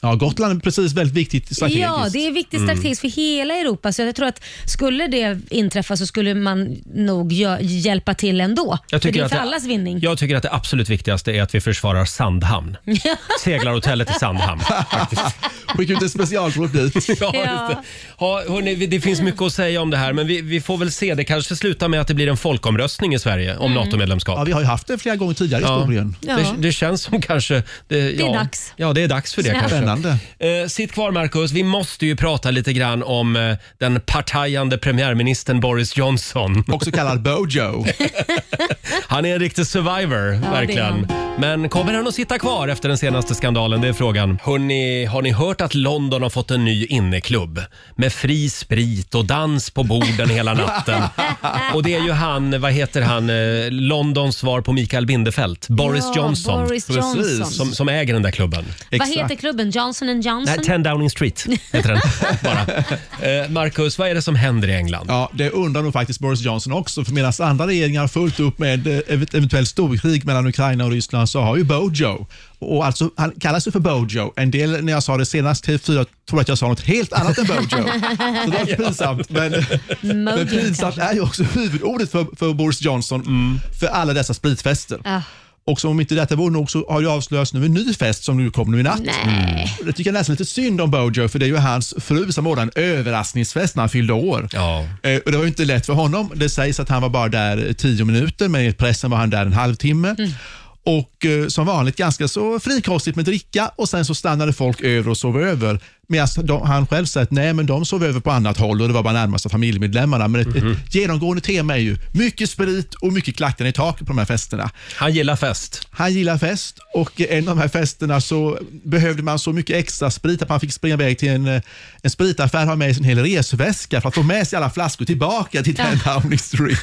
Ja, Gotland är precis väldigt viktigt strategiskt. Ja, det är viktigt strategiskt för hela Europa. Så jag tror att skulle det inträffa så skulle man nog hjälpa till ändå. För det är för allas vinning. Jag tycker att det absolut viktigaste är att vi försvarar Sandhamn. Seglarhotellet i Sandhamn. Skicka ut en specialgrupp dit. Hörrni, det finns mycket att säga om det här, men vi får väl se. Det kanske slutar med att det blir en folkomröstning i Sverige om NATO-medlemskap. Ja, vi har ju haft det flera gånger tidigare i historien. Det känns som kanske... Det är dags. Ja, det är dags för det kanske. Spännande. Sitt kvar, Marcus. Vi måste ju prata lite grann om den partajande premiärministern Boris Johnson. Också kallad Bojo. Han är en riktig survivor, verkligen. Men kommer han att sitta kvar efter den senaste skandalen? Det är frågan. Hörrni, har ni hört att London har fått en ny inneklubb? Med fri sprit och dans på borden hela natten. Och det är ju han, vad heter han, Londons svar på Mikael Bindefeld. Boris Johnson. Boris Johnson. Som äger den där klubben. Vad heter klubben? Johnson & Johnson? Nej, 10 Downing Street heter den bara. Marcus, vad är det som händer i England? Ja, det undrar nog faktiskt Boris Johnson också. För medan andra regeringar har fullt upp med eventuellt storkrig mellan Ukraina och Ryssland så har ju Bojo, och alltså han kallas ju för Bojo. En del, när jag sa det senast till 4, tror att jag sa något helt annat än Bojo. Så det är pinsamt. Men pinsamt är ju också huvudordet för Boris Johnson för alla dessa spritfester. Och som om inte detta vore nog så har ju avslöjats nu en ny fest som nu kommer nu i natt. Det tycker jag nästan lite synd om Bojo, för det är ju hans fru som ordnade en överraskningsfest när han fyllde år. Och det var ju inte lätt för honom. Det sägs att han var bara där 10 minuter, men i pressen var han där en halvtimme. Och som vanligt ganska så frikostigt med dricka, och sen så stannade folk över och sov över. Medan han själv sa att nej, men de sov över på annat håll och det var bara närmast familjemedlemmarna. Men ett genomgående tema är ju mycket sprit och mycket klacken i taket på de här festerna. Han gillar fest. Han gillar fest, och en av de här festerna så behövde man så mycket extra sprit att man fick springa iväg till en spritaffär, ha med sig en hel resväska för att få med sig alla flaskor tillbaka till 10 Downing Street.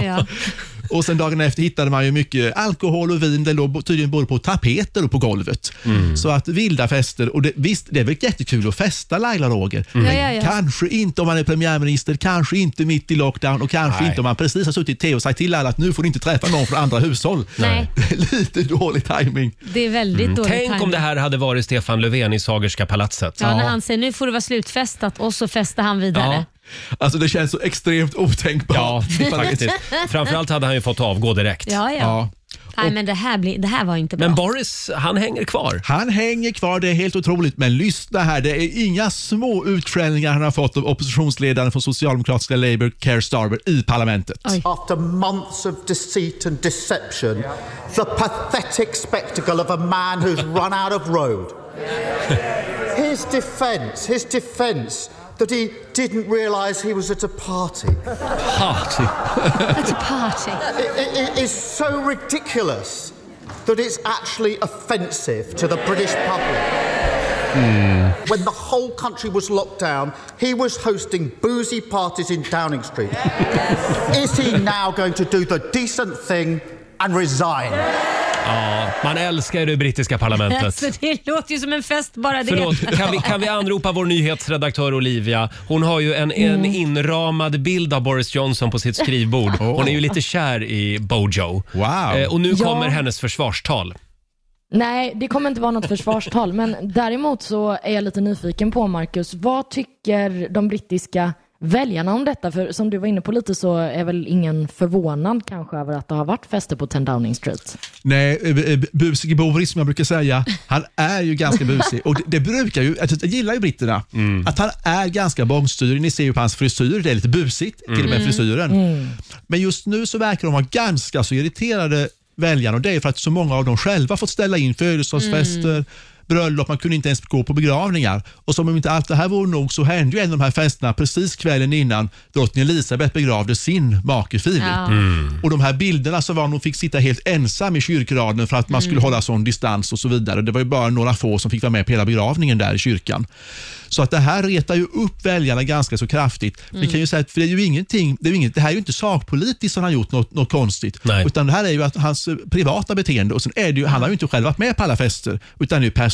Och sen dagen efter hittade man ju mycket alkohol och vin. Det låg tydligen både på tapeter och på golvet. Så att vilda fester. Och visst, det är väl jättekul att festa, Laila Roger. Men kanske inte om man är premiärminister, kanske inte mitt i lockdown, och kanske inte om man precis har suttit i tv och sagt till alla att nu får ni inte träffa någon från andra hushåll. Lite dålig timing. Det är väldigt dålig timing. Tänk om det här hade varit Stefan Löfven i Sagerska palatset. Ja, när han säger nu får det vara slutfestat, och så festar han vidare. Alltså det känns så extremt otänkbart. Ja, faktiskt. Framförallt hade han ju fått avgå direkt. Nej, men det här var inte bra. Men Boris, han hänger kvar. Han hänger kvar, det är helt otroligt. Men lyssna här, det är inga små utskällningar han har fått av oppositionsledaren från socialdemokratiska Labour, Keir Starmer, i parlamentet. After months of deceit and deception, the pathetic spectacle of a man who's run out of road. His defense that he didn't realise he was at a party. At a party. It is so ridiculous that it's actually offensive to the British public. When the whole country was locked down, he was hosting boozy parties in Downing Street. Is he now going to do the decent thing and resign? Ja, man älskar det brittiska parlamentet. Alltså, det låter ju som en fest bara det. Förlåt, kan vi anropa vår nyhetsredaktör Olivia? Hon har ju en inramad bild av Boris Johnson på sitt skrivbord. Hon är ju lite kär i Bojo. Wow. Och nu kommer hennes försvarstal. Nej, det kommer inte vara något försvarstal. Men däremot så är jag lite nyfiken på, Marcus. Vad tycker de brittiska väljarna om detta? För som du var inne på lite så är väl ingen förvånad kanske över att det har varit fester på 10 Downing Street. Nej, busig Boris som jag brukar säga. Han är ju ganska busig. Och det brukar ju, jag gillar ju britterna, att han är ganska bångstyrig. Ni ser ju på hans frisyr, det är lite busigt till och med frisyren. Men just nu så verkar de vara ganska så irriterade, väljarna, och det är för att så många av dem själva fått ställa in födelsedagsfester, bröllop, man kunde inte ens gå på begravningar. Och som om inte allt det här vore nog så hände ju en av de här festerna precis kvällen innan drottning Elisabeth begravde sin make Filip. Och de här bilderna så var hon fick sitta helt ensam i kyrkraden för att man skulle hålla sån distans och så vidare. Det var ju bara några få som fick vara med på hela begravningen där i kyrkan. Så att det här retar ju upp väljarna ganska så kraftigt. Vi kan ju säga att för det är ju ingenting, det här är ju inte sakpolitiskt som han har gjort något konstigt. Utan det här är ju att hans privata beteende, och sen är det ju, han har ju inte själv varit med på alla fester, utan det är ju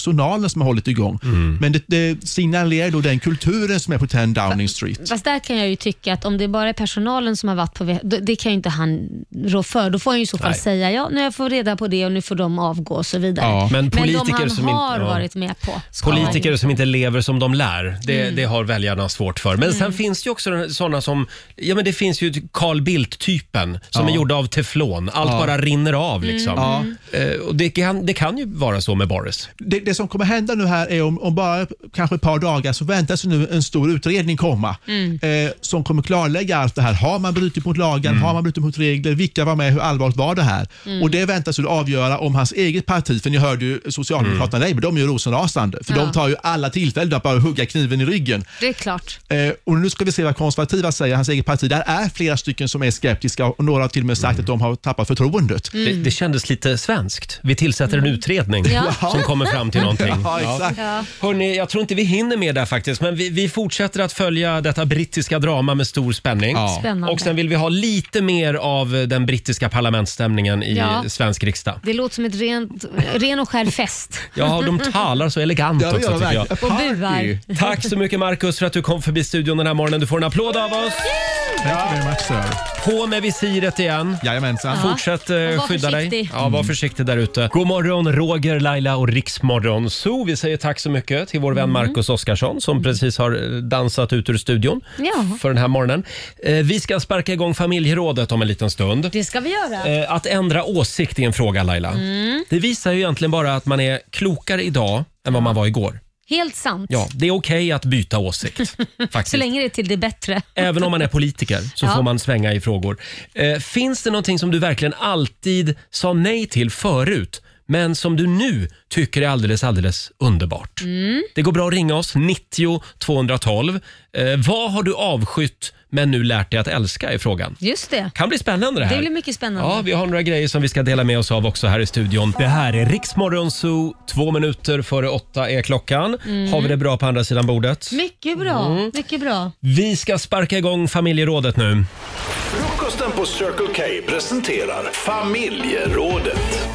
personalen som har hållit igång. Men det signalerar då den kulturen som är på 10 Downing Street. Fast där kan jag ju tycka att om det bara är personalen som har varit på det kan ju inte han rå för. Då får han ju i så fall säga, ja, nu har jag fått reda på det och nu får de avgå och så vidare. Ja. Men politiker de som har varit med på. Politiker som inte lever som de lär, det har väljarna svårt för. Men sen finns det ju också sådana som, men det finns ju Carl Bildt-typen som är gjord av teflon. Allt bara rinner av liksom. Och det kan ju vara så med Boris. Det som kommer hända nu här är om bara kanske ett par dagar så väntas nu en stor utredning komma som kommer klarlägga allt det här. Har man brutit mot lagen? Har man brutit mot regler? Vilka var med? Hur allvarligt var det här? Och det väntas ju avgöra om hans eget parti, för ni hörde ju Socialdemokraterna, nej, men de är ju rosenrasande. För de tar ju alla tillfällen att bara hugga kniven i ryggen. Det är klart. Och nu ska vi se vad konservativa säger. Hans eget parti, där är flera stycken som är skeptiska och några har till och med sagt att de har tappat förtroendet. Det kändes lite svenskt. Vi tillsätter en utredning som kommer fram till någonting. Exakt. Hörrni, jag tror inte vi hinner med där faktiskt, men vi fortsätter att följa detta brittiska drama med stor spänning. Och sen vill vi ha lite mer av den brittiska parlamentsstämningen i svensk riksdag. Det låter som ett ren och skär fest. Ja, de talar så elegant också tycker jag. Och buar. Tack så mycket Marcus för att du kom förbi studion den här morgonen. Du får en applåd av oss. Thank you very much, sir. På med visiret igen. Jajamensan. Fortsätt skydda dig. Ja, var försiktig där ute. God morgon Roger, Laila och Riksmorgon. Så vi säger tack så mycket till vår vän Marcus Oskarsson som precis har dansat ut ur studion för den här morgonen. Vi ska sparka igång familjerådet om en liten stund. Det ska vi göra. Att ändra åsikt i en fråga, Laila. Det visar ju egentligen bara att man är klokare idag än vad man var igår. Helt sant. Ja, det är okej att byta åsikt. Faktiskt. Så länge det är till det bättre. Även om man är politiker så får man svänga i frågor. Finns det någonting som du verkligen alltid sa nej till förut, men som du nu tycker är alldeles underbart? Det går bra att ringa oss, 90 212. Vad har du avskytt men nu lärt dig att älska i frågan? Just det. Kan bli spännande det här. Det blir mycket spännande. Ja, vi har några grejer som vi ska dela med oss av också här i studion. Det här är Riksmorgon Zoo, 2 minuter före 8 är klockan. Har vi det bra på andra sidan bordet? Mycket bra, mycket bra. Vi ska sparka igång familjerådet nu. Frukosten på Circle K presenterar familjerådet.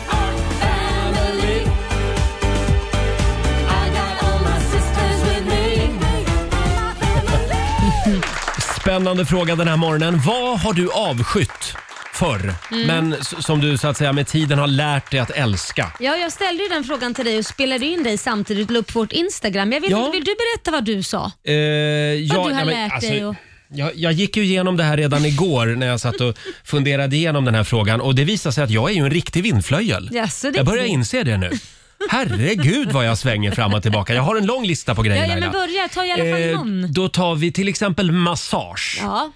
Spännande fråga den här morgonen. Vad har du avskytt förr, men som du så att säga med tiden har lärt dig att älska? Ja, jag ställde ju den frågan till dig och spelade in dig samtidigt och la upp vårt Instagram. Jag vet inte, vill du berätta vad du sa? Vad du har lärt dig och... Jag gick ju igenom det här redan igår när jag satt och funderade igenom den här frågan och det visade sig att jag är ju en riktig vindflöjel. Jag börjar inse det nu. Herregud vad jag svänger fram och tillbaka. Jag har en lång lista på grejer. Ja, men börja. Ta i alla fall någon. Då tar vi till exempel massage. Ja.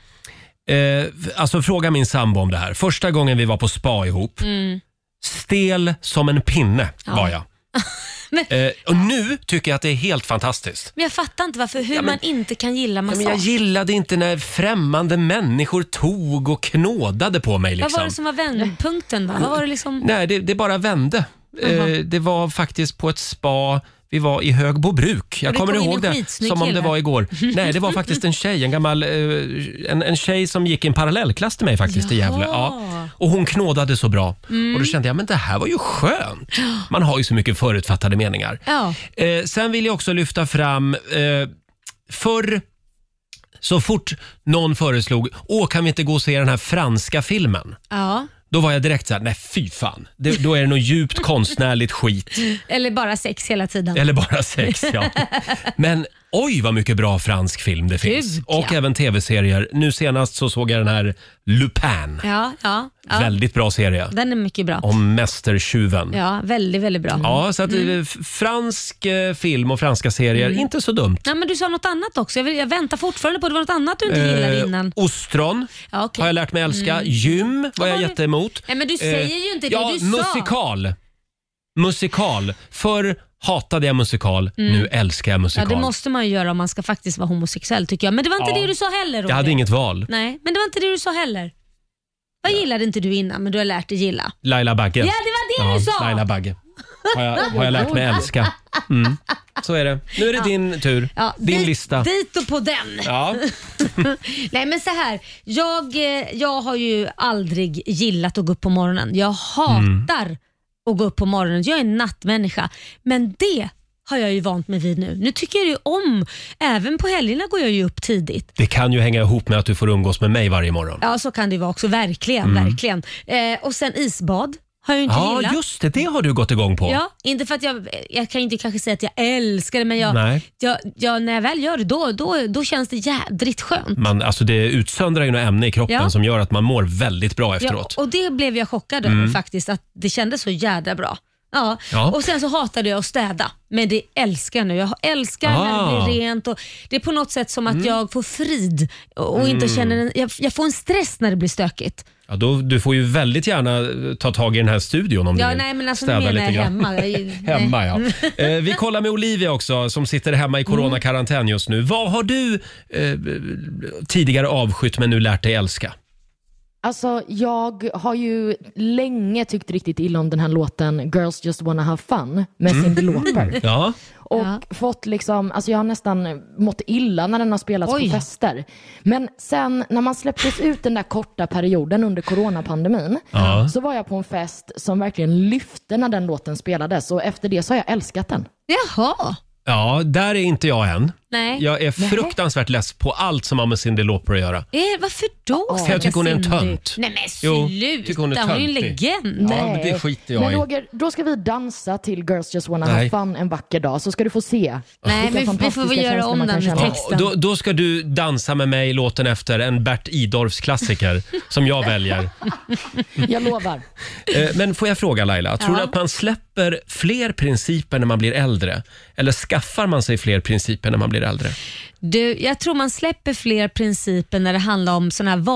Alltså fråga min sambo om det här. Första gången vi var på spa ihop. Stel som en pinne var jag. Och nu tycker jag att det är helt fantastiskt. Men jag fattar inte hur man inte kan gilla massage. Men jag gillade inte när främmande människor tog och knådade på mig. Liksom. Vad var det som var vändpunkten då? Vad var det liksom? Nej, det bara vände. Det var faktiskt på ett spa. Vi var i Högbobruk. Jag kommer ihåg det som om det var igår. Nej, det var faktiskt en tjej, en gammal en tjej som gick i en parallellklass till mig faktiskt i Gävle. Ja. Och hon knådade så bra. Och då kände jag, men det här var ju skönt. Man har ju så mycket förutfattade meningar. Sen vill jag också lyfta fram förr så fort någon föreslog, kan vi inte gå och se den här franska filmen? Ja. Då var jag direkt så här, nej fy fan. Då är det nog djupt konstnärligt skit. Eller bara sex hela tiden. Eller bara sex, ja. Men oj vad mycket bra fransk film det finns. Och även tv-serier. Nu senast så såg jag den här Lupin. Ja. Väldigt bra serie. Den är mycket bra. Om mästertjuven. Ja, väldigt, väldigt bra. Ja, så att fransk film och franska serier, inte så dumt. Nej, men du sa något annat också. Jag väntar fortfarande på det var något annat du inte gillade innan. Ostron har jag lärt mig älska. Gym var jag jätteemot. Nej, men du säger ju inte det du sa. Musikal. För hatade jag musikal, nu älskar jag musikal. Ja, det måste man ju göra om man ska faktiskt vara homosexuell tycker jag. Men det var inte det du sa heller, Roger. Jag hade inget val. Nej, men det var inte det du sa heller. Vad gillade inte du innan, men du har lärt dig gilla? Laila Bagge. Ja, det var det du sa! Laila Bagge. Har jag lärt mig älska. Så är det. Nu är det din tur. Din lista. Dit och på den. Ja. Nej, men så här. Jag har ju aldrig gillat att gå upp på morgonen. Jag hatar att gå upp på morgonen. Jag är en nattmänniska. Men det har jag ju vant mig vid nu. Nu tycker jag ju om, även på helgerna går jag ju upp tidigt. Det kan ju hänga ihop med att du får umgås med mig varje morgon. Ja, så kan det vara också, verkligen. Och sen isbad har jag ju inte gillat. Ja, just det har du gått igång på. Ja, inte för att jag kan inte kanske säga att jag älskar det, men när jag väl gör det då känns det jädrigt skönt. Alltså det utsöndrar ju något ämne i kroppen som gör att man mår väldigt bra efteråt. Ja, och det blev jag chockad över faktiskt, att det kändes så jädra bra. Ja. Och sen så hatade jag att städa, men det älskar jag nu. Jag älskar när det blir rent och det är på något sätt som att jag får frid och inte känner jag får en stress när det blir stökigt. Ja, du får ju väldigt gärna ta tag i den här studion om du vill. Nej, men alltså städa lite hemma. Hemma, ja. Vi kollar med Olivia också, som sitter hemma i coronakarantän just nu. Vad har du tidigare avskytt men nu lärt dig älska? Alltså, jag har ju länge tyckt riktigt illa om den här låten Girls Just Wanna Have Fun med Cyndi Lauper. Ja. Och fått liksom, alltså jag har nästan mått illa när den har spelats på fester. Men sen när man släpptes ut den där korta perioden under coronapandemin så var jag på en fest som verkligen lyfte när den låten spelades. Och efter det så har jag älskat den. Jaha. Ja, där är inte jag än. Nej. Jag är fruktansvärt less på allt som har med Cyndi Lauper att göra. Varför då? För jag tycker hon är en tönt. Nej men sluta, hon är en legend. Ja, men det skiter jag i. Men Roger, då ska vi dansa till Girls Just Wanna Have Fun en vacker dag, så ska du få se. Nej, men vi får väl göra om den med texten. Då ska du dansa med mig låten efter en Bert Idorfs klassiker som jag väljer. Jag lovar. Men får jag fråga Laila, tror du att man släpper fler principer när man blir äldre? Eller skaffar man sig fler principer när man blir äldre? Jag tror man släpper fler principer när det handlar om såna här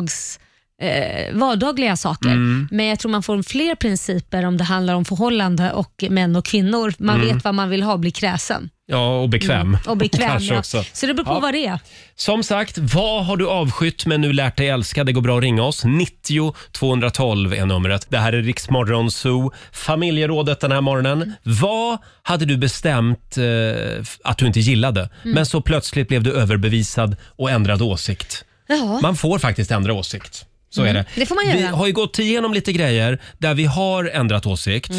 vardagliga saker. Men jag tror man får fler principer om det handlar om förhållande och män och kvinnor. Man vet vad man vill ha, bli kräsen. Ja, och bekväm. Och bekväm, kanske också. Så det beror på vad det är. Som sagt, vad har du avskytt men nu lärt dig älska? Det går bra att ringa oss. 90 212 är numret. Det här är Rix Morgon Zoo, familjerådet den här morgonen. Vad hade du bestämt att du inte gillade? Men så plötsligt blev du överbevisad och ändrad åsikt. Ja. Man får faktiskt ändra åsikt. Så är det. Det får man göra. Vi har ju gått igenom lite grejer där vi har ändrat åsikt.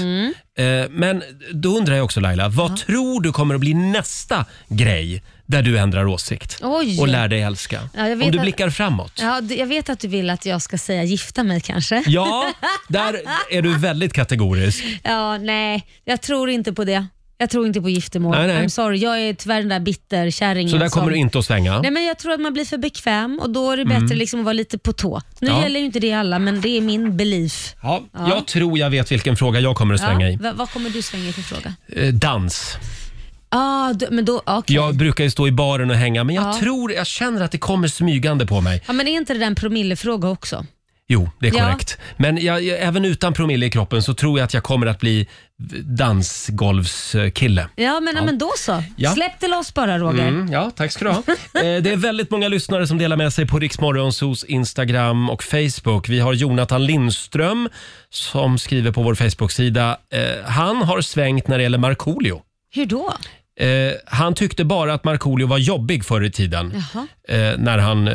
Men då undrar jag också Laila, vad tror du kommer att bli nästa grej där du ändrar åsikt och lär dig älska? Om du blickar framåt. Ja, jag vet att du vill att jag ska säga gifta mig kanske. Ja, där är du väldigt kategorisk. Ja, nej, jag tror inte på det. Jag tror inte på giftermål. Nej. I'm sorry, jag är tyvärr den där bitterkärringen. Så där kommer du inte att svänga? Nej, men jag tror att man blir för bekväm och då är det bättre liksom att vara lite på tå. Nu gäller ju inte det alla, men det är min belief. Ja. Jag tror jag vet vilken fråga jag kommer att svänga i. Vad kommer du svänga i för fråga? Dans. Men då, okay. Jag brukar ju stå i baren och hänga, men jag känner att det kommer smygande på mig. Ja, men är inte det en promillefråga också? Jo, det är korrekt. Men även utan promille i kroppen så tror jag att jag kommer att bli dansgolvskille. Ja, men då så. Ja. Släpp det loss bara, Roger. Ja, tack ska du ha. Det är väldigt många lyssnare som delar med sig på Rix Morgonzoos Instagram och Facebook. Vi har Jonathan Lindström som skriver på vår Facebook-sida. Han har svängt när det gäller Markoolio. Hur då? Han tyckte bara att Markoolio var jobbig förr i tiden. När han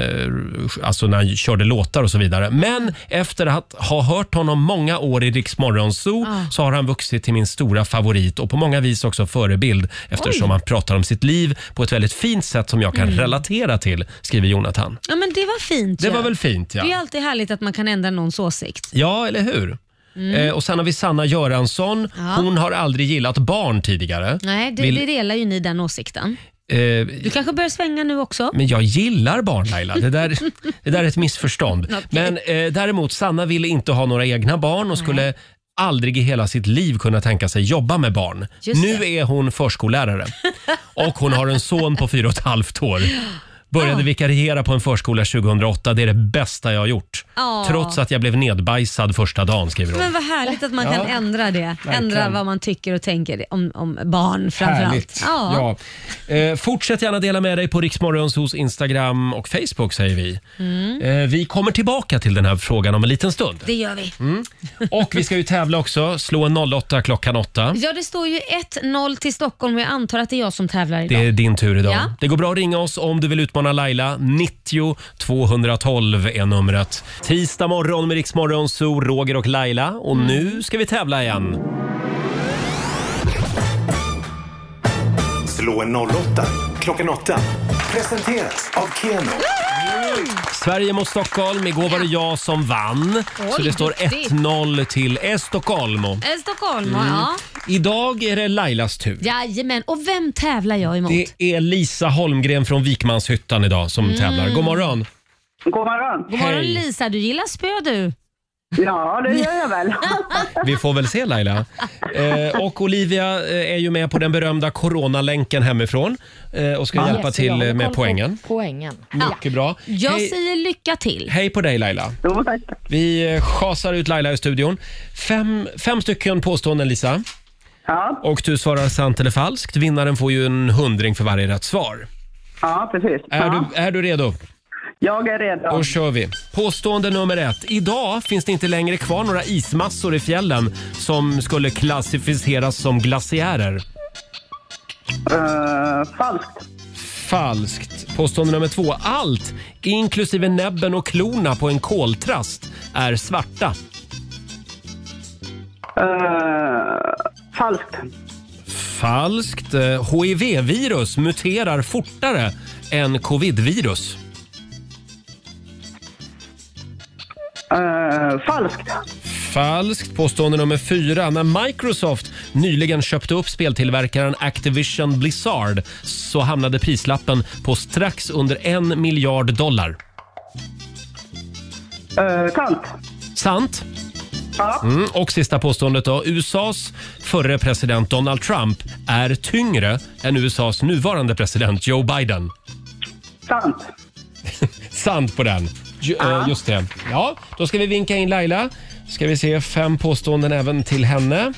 körde låtar och så vidare. Men efter att ha hört honom många år i Rix Morgonzoo så har han vuxit till min stora favorit och på många vis också förebild eftersom han pratar om sitt liv på ett väldigt fint sätt som jag kan relatera till, skriver Jonathan. Ja, men det var fint. Det var väl fint, ja. Det är alltid härligt att man kan ändra någons åsikt. Ja, eller hur? Och sen har vi Sanna Göransson. Hon har aldrig gillat barn tidigare. Nej, det delar ju ni den åsikten. Du kanske börjar svänga nu också. Men jag gillar barn, Laila. Det där är ett missförstånd. Okay. Men däremot, Sanna ville inte ha några egna barn och skulle aldrig i hela sitt liv kunna tänka sig jobba med barn. Nu är hon förskollärare och hon har en son på 4,5 år. Började vikariera på en förskola 2008. Det är det bästa jag har gjort. Trots att jag blev nedbajsad första dagen, skriver hon. Men vad härligt att man kan ändra det. Verkligen. Ändra vad man tycker och tänker om barn framförallt. Ja. Fortsätt gärna dela med dig på Rix Morgonzoos Instagram och Facebook, säger vi. Vi kommer tillbaka till den här frågan om en liten stund. Det gör vi. Och vi ska ju tävla också. Slå en 08 klockan 8. Ja, det står ju 1-0 till Stockholm och jag antar att det är jag som tävlar idag. Det är din tur idag. Ja. Det går bra att ringa oss om du vill utmana Laila. 90 212 är numret. Tisdag morgon med Rix Morgonzoo, Roger och Laila. Och nu ska vi tävla igen. Slå en 08 klockan 8. Presenteras av Keno. Sverige mot Stockholm. Igår var det jag som vann. Så det står 1-0 till Stockholm. Stockholm, ja. Idag är det Lailas tur. Jajamän, och vem tävlar jag emot? Det är Lisa Holmgren från Vikmanshyttan idag som tävlar. God morgon. God morgon. God morgon Lisa, du gillar spö du. Ja, det gör jag väl. Vi får väl se Laila. Och Olivia är ju med på den berömda coronalänken hemifrån och ska hjälpa till med poängen. Mycket bra. Jag säger lycka till. Hej på dig Laila. Jo, tack. Vi chasar ut Laila i studion. Fem stycken påståenden Lisa. Ja. Och du svarar sant eller falskt. Vinnaren får ju en 100 för varje rätt svar. Ja, precis. Är du redo? Jag är redo. Då kör vi. Påstående nummer 1. Idag finns det inte längre kvar några ismassor i fjällen som skulle klassificeras som glaciärer. Falskt. Falskt. Påstående nummer 2. Allt, inklusive näbben och klorna på en koltrast, är svarta. Falskt. Falskt. HIV-virus muterar fortare än covid-virus. Falskt. Falskt. Påstående nummer 4. När Microsoft nyligen köpte upp speltillverkaren Activision Blizzard så hamnade prislappen på strax under $1 miljard. Sant. Sant? Ja. Och sista påståendet då. USAs förre president Donald Trump är tyngre än USAs nuvarande president Joe Biden. Sant. Sant på den. Just det. Ja, då ska vi vinka in Laila. Ska vi se 5 påståenden även till henne.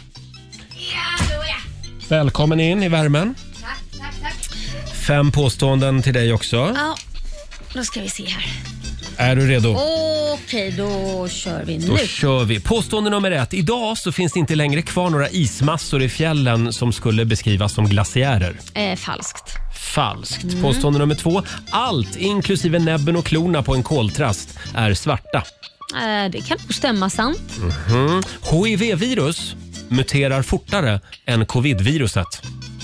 Välkommen in i värmen. Tack. 5 påståenden till dig också. Ja, då ska vi se här. Är du redo? Okej, då kör vi nu. Då kör vi. Påstående nummer 1. Idag så finns det inte längre kvar några ismassor i fjällen som skulle beskrivas som glaciärer. Falskt. Falskt. Påstående nummer 2. Allt, inklusive näbben och klorna på en koltrast, är svarta. Det kan nog stämma, sant. HIV-virus muterar fortare än covid-viruset.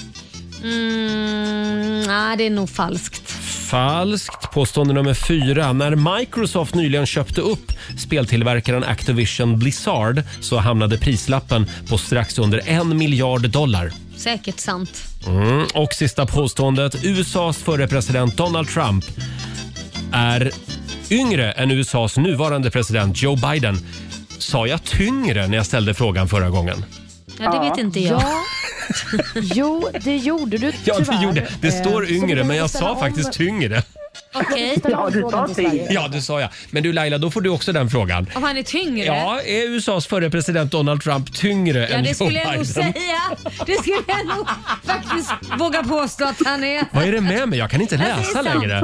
Nej, det är nog falskt. Falskt. Påstående nummer 4. När Microsoft nyligen köpte upp speltillverkaren Activision Blizzard så hamnade prislappen på strax under $1 miljard. Säkert sant. Och sista påståendet. USAs förre president Donald Trump är yngre än USAs nuvarande president Joe Biden. Sa jag tyngre när jag ställde frågan förra gången? Ja, det vet inte jag. Ja. Jo, det gjorde du tyvärr. Ja, det gjorde. Det står yngre, men jag sa faktiskt tyngre. Okej. Ja, du sa tyngre. Ja, det sa jag. Men du Laila, då får du också den frågan. Om han är tyngre? Ja, är USAs förre president Donald Trump tyngre än Joe Biden? Ja, det skulle jag nog säga. Det skulle jag nog faktiskt våga påstå att han är. Vad är det med mig? Jag kan inte läsa längre.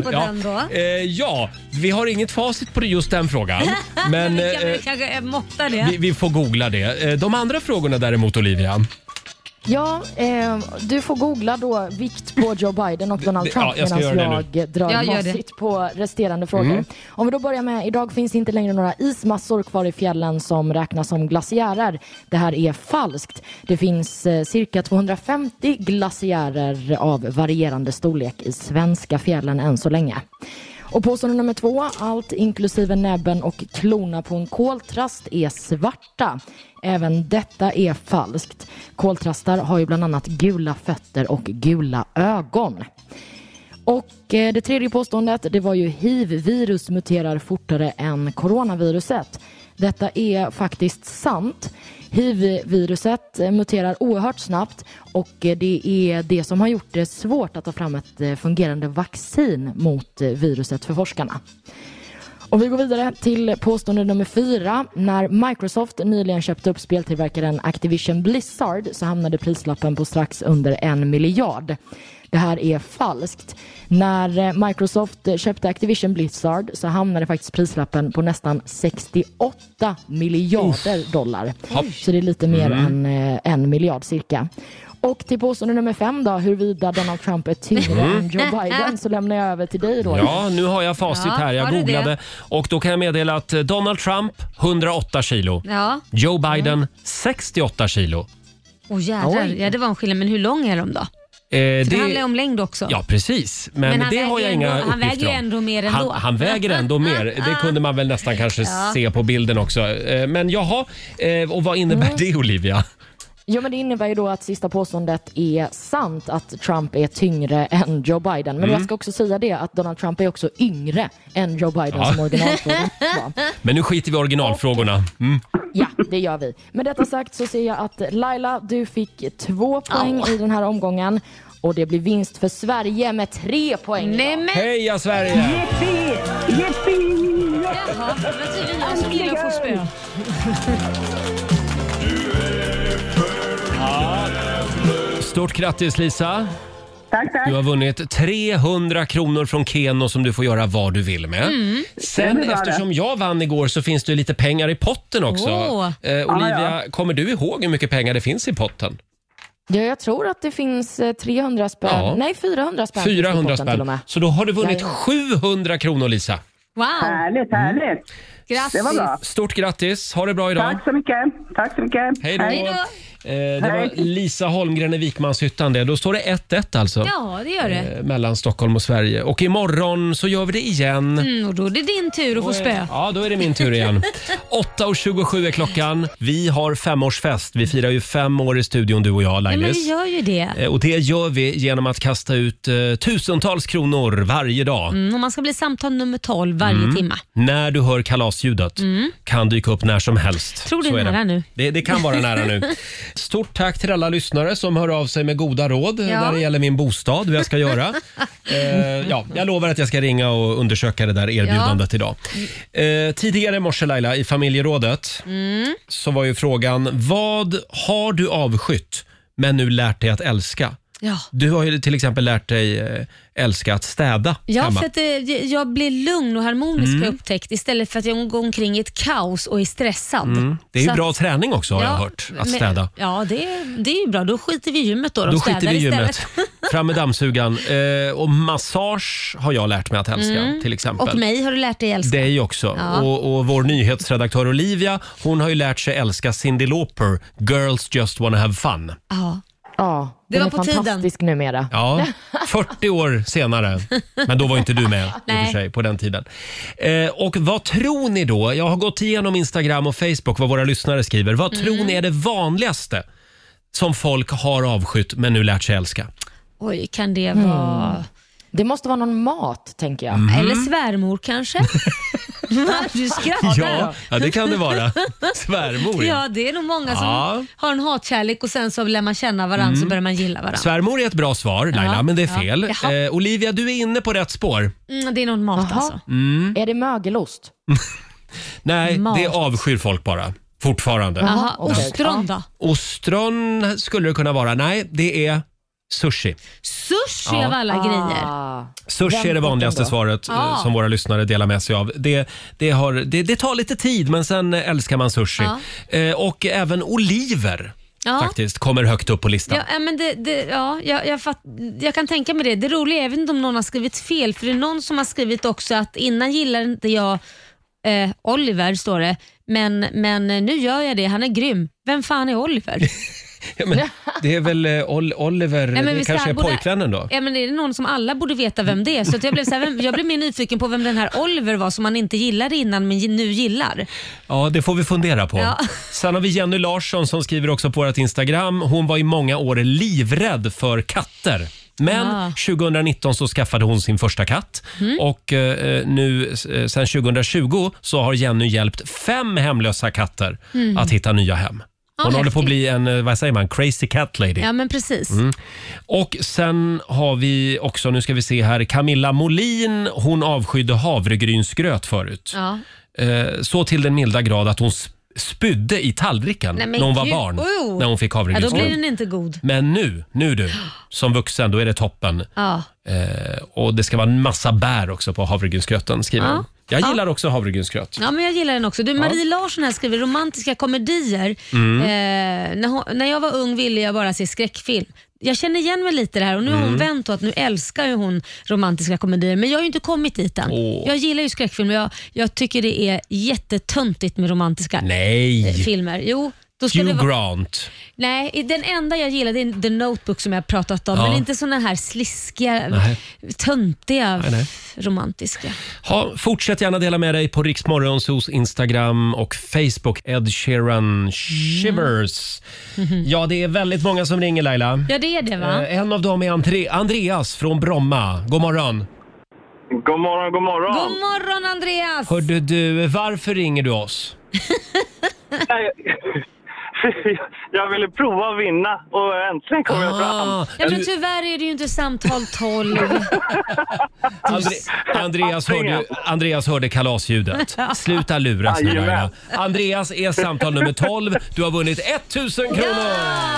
Ja, vi har inget facit på just den frågan. Men vi kan kanske måtta det. Vi får googla det. De andra frågorna däremot, Olivia. Ja, du får googla då vikt på Joe Biden och Donald Trump medan jag drar facit på resterande frågor. Om vi då börjar med, idag finns inte längre några ismassor kvar i fjällen som räknas som glaciärer. Det här är falskt. Det finns cirka 250 glaciärer av varierande storlek i svenska fjällen än så länge. Och påstående nummer 2, allt inklusive näbben och klorna på en koltrast är svarta. Även detta är falskt. Koltrastar har ju bland annat gula fötter och gula ögon. Och det tredje påståendet, det var ju HIV-virus muterar fortare än coronaviruset. Detta är faktiskt sant. HIV-viruset muterar oerhört snabbt och det är det som har gjort det svårt att ta fram ett fungerande vaccin mot viruset för forskarna. Och vi går vidare till påstående nummer 4. När Microsoft nyligen köpte upp speltillverkaren Activision Blizzard så hamnade prislappen på strax under $1 miljard. Det här är falskt. När Microsoft köpte Activision Blizzard så hamnade faktiskt prislappen på nästan 68 miljarder dollar. Så det är lite mer än 1 miljard cirka. Och till påstående nummer 5 då, huruvida Donald Trump är tyngre än Joe Biden, så lämnar jag över till dig då. Ja, nu har jag facit här. Jag googlade och då kan jag meddela att Donald Trump 108 kilo. Ja. Joe Biden 68 kilo. Jädrar. Ja, det var en skillnad. Men hur lång är de då? Det handlar om längd också. Ja, precis. Men det har jag inga uppgifter om. Han väger ju ändå mer ändå. Han väger ändå mer. Det kunde man väl nästan kanske se på bilden också. Men jaha, och vad innebär det, Olivia? Jo, men det innebär ju då att sista påståendet är sant, att Trump är tyngre än Joe Biden. Men jag ska också säga det att Donald Trump är också yngre än Joe Biden som originalfrågan var. Men nu skiter vi i originalfrågorna. Ja, det gör vi. Med detta sagt så ser jag att Laila, du fick 2 poäng i den här omgången. Och det blir vinst för Sverige med 3 poäng. Heja Sverige! Yippie! Jaha, det var tydligen jag som gillar att få spö. Stort grattis Lisa. Tack. Du har vunnit 300 kronor från Keno som du får göra vad du vill med. Sen eftersom jag vann igår så finns det lite pengar i potten också. Olivia, kommer du ihåg hur mycket pengar det finns i potten? Ja, jag tror att det finns 300 spänn. Ja. Nej, 400 spänn. 400 spänn. Så då har du vunnit 700 kronor, Lisa. Wow. Härligt. Grattis. Det var bra. Stort grattis. Ha det bra idag. Tack så mycket. Hej då. Det var Lisa Holmgren i Vikmanshyttan det. Då står det 1-1 alltså. Ja, det gör det. Mellan Stockholm och Sverige. Och imorgon så gör vi det igen. Och då är det din tur att få spö. Ja, då är det min tur igen. 8:27 är klockan. Vi har 5-årsfest. Vi firar ju 5 år i studion, du och jag, Lailis. Ja, men vi gör ju det. Och det gör vi genom att kasta ut tusentals kronor varje dag. Och man ska bli samtal nummer 12 varje timme. När du hör kalasljudet kan dyka upp när som helst. Tror det är nära nu. Det kan vara nära nu. Stort tack till alla lyssnare som hör av sig med goda råd när det gäller min bostad, hur jag ska göra. Jag lovar att jag ska ringa och undersöka det där erbjudandet idag. Tidigare i morse, Laila, i familjerådet så var ju frågan: vad har du avskytt men nu lärt dig att älska? Ja. Du har ju till exempel lärt dig älska att städa hemma. För att jag blir lugn och harmonisk har jag upptäckt, istället för att jag går omkring i ett kaos och är stressad. Det är ju bra träning också har jag hört, att städa. Ja, det är ju bra. Då skiter vi i gymmet då. Då skiter vi i gymmet. Fram med dammsugan. Och massage har jag lärt mig att älska till exempel. Och mig har du lärt dig älska. Dig också. Ja. Och vår nyhetsredaktör Olivia, hon har ju lärt sig älska Cyndi Lauper, Girls Just Wanna Have Fun. Ja, det var är på tiden. Fantastisk numera. Ja, 40 år senare. Men då var inte du med i och för sig på den tiden. Och vad tror ni då? Jag har gått igenom Instagram och Facebook vad våra lyssnare skriver. Vad tror ni är det vanligaste som folk har avskytt men nu lärt sig älska? Oj, kan det vara... Det måste vara någon mat, tänker jag. Eller svärmor kanske? Du skrattar. Ja, det kan det vara. Svärmor. Ja, det är nog många som har en hatkärlek och sen så lär man känna varandra så börjar man gilla varandra. Svärmor är ett bra svar, Laila, men det är fel. Olivia, du är inne på rätt spår. Det är någon mat alltså. Är det mögelost? Nej, det avskyr folk bara. Fortfarande. Jaha, ostron då? Ostron skulle det kunna vara. Nej, det är sushi. Sushi av alla grejer. Sushi är det vanligaste svaret som våra lyssnare delar med sig av. Det tar lite tid, men sen älskar man sushi. Och även oliver faktiskt kommer högt upp på listan. Ja, men jag kan tänka mig det. Det roliga är, jag vet inte om någon har skrivit fel, för det är någon som har skrivit också att innan gillar inte jag Oliver, står det. Men nu gör jag det, han är grym. Vem fan är Oliver? Ja, men det är väl Oliver, det kanske är pojkvännen då. Ja, men är det någon som alla borde veta vem det är? Så att jag blev mer nyfiken på vem den här Oliver var som man inte gillade innan men nu gillar. Ja, det får vi fundera på. Ja. Sen har vi Jenny Larsson som skriver också på vårt Instagram. Hon var i många år livrädd för katter. Men 2019 så skaffade hon sin första katt och nu sen 2020 så har Jenny hjälpt 5 hemlösa katter att hitta nya hem. Hon håller på att bli en, vad säger man, crazy cat lady. Ja, men precis. Och sen har vi också, nu ska vi se här, Camilla Molin. Hon avskydde havregrynsgröt förut. Ja. Så till den milda grad att hon spydde i tallriken när hon var barn. När hon fick havregrynsgröt. Ja, då blir den inte god. Men nu du, som vuxen, då är det toppen. Ja. Och det ska vara en massa bär också på havregrynsgröten, skriver hon. Jag gillar också havregrynsgröt. Ja, men jag gillar den också. Marie Larsson här skriver romantiska komedier. När jag var ung ville jag bara se skräckfilm. Jag känner igen mig lite det här och nu har hon vänt och att nu älskar ju hon romantiska komedier, men jag har ju inte kommit dit än. Jag gillar ju skräckfilm och jag tycker det är jättetöntigt med romantiska filmer. Jo, Då ska Hugh Grant. Nej, den enda jag gillar det är The Notebook som jag har pratat om. Men inte såna här sliskiga, töntiga, romantiska. Fortsätt gärna dela med dig på Rix Morgonzos Instagram och Facebook. Ed Sheeran Shivers. Ja, det är väldigt många som ringer, Laila. Ja, det är det, va? En av dem är Andreas från Bromma. God morgon. God morgon, god morgon. God morgon, Andreas. Hörde du, varför ringer du oss? Jag ville prova att vinna och äntligen kom jag fram. Ja, men tyvärr är det ju inte samtal 12. Andreas hörde kalasljudet. Sluta luras nu, Laila. Andreas är samtal nummer 12. Du har vunnit 1000 kronor.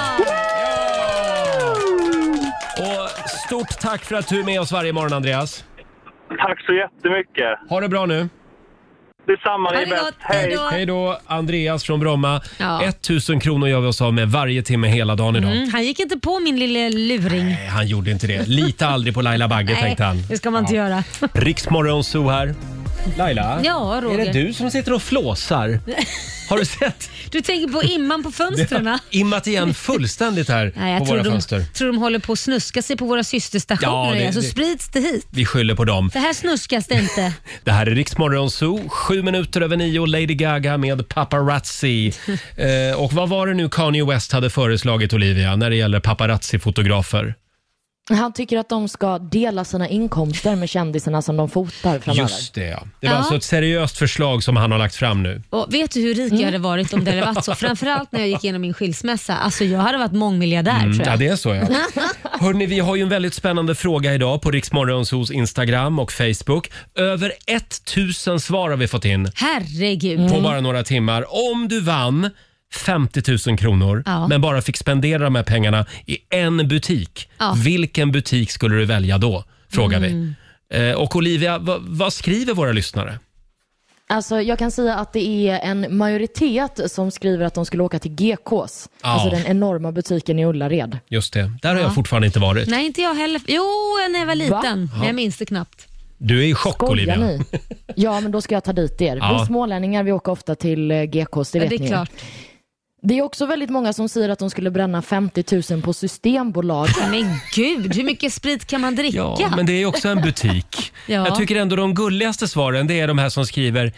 Och stort tack för att du är med oss varje morgon, Andreas. Tack så jättemycket. Ha det bra nu. Detsamma, ni är bäst. Hej. Hej då, Andreas från Bromma. 1000 kronor gör vi oss av med varje timme hela dagen idag. Han gick inte på min lilla luring. Nej, han gjorde inte det. Lita aldrig på Laila Bagge, tänkte han. Det ska man inte göra. Rix Morgonzoo här. Laila, ja, Roger. Är det du som sitter och flåsar? Har du sett? Du tänker på imman på fönstren? Det har immat igen fullständigt här på våra fönster. Jag tror de håller på att snuska sig på våra systerstationer. Ja, så sprids det hit. Vi skyller på dem. Det här snuskas det inte. Det här är Rix Morgonzoo, 7:07 Lady Gaga med Paparazzi. Och vad var det nu Kanye West hade föreslagit, Olivia, när det gäller paparazzi-fotografer? Han tycker att de ska dela sina inkomster med kändisarna som de fotar framöver. Just det, ja. Det var alltså ett seriöst förslag som han har lagt fram nu. Och vet du hur rik jag hade varit om det hade varit så? Framförallt när jag gick igenom min skilsmässa. Alltså jag hade varit mångmiljardär, tror jag. Ja, det är så, ja. Hörrni, vi har ju en väldigt spännande fråga idag på Rix Morgonzos Instagram och Facebook. Över 1000 svar har vi fått in. Herregud. På bara några timmar. Om du vann 50 000 kronor men bara fick spendera de här pengarna i en butik. Vilken butik skulle du välja då? Frågar vi. Och Olivia, vad skriver våra lyssnare? Alltså jag kan säga att det är en majoritet som skriver att de skulle åka till GKs. Alltså den enorma butiken i Ullared. Just det, där har jag fortfarande inte varit. Nej, inte jag heller. Jo, när jag var liten. Men jag minns det knappt. Du är i chock, Skojar Olivia. Ni? Ja, men då ska jag ta dit er. Vi smålänningar, vi åker ofta till GKs, det vet ni. Det är klart. Det är också väldigt många som säger att de skulle bränna 50 000 på Systembolag. Men gud, hur mycket sprit kan man dricka? Ja, men det är också en butik. Jag tycker ändå de gulligaste svaren, det är de här som skriver,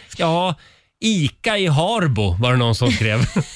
Ica i Harbo var det någon som skrev.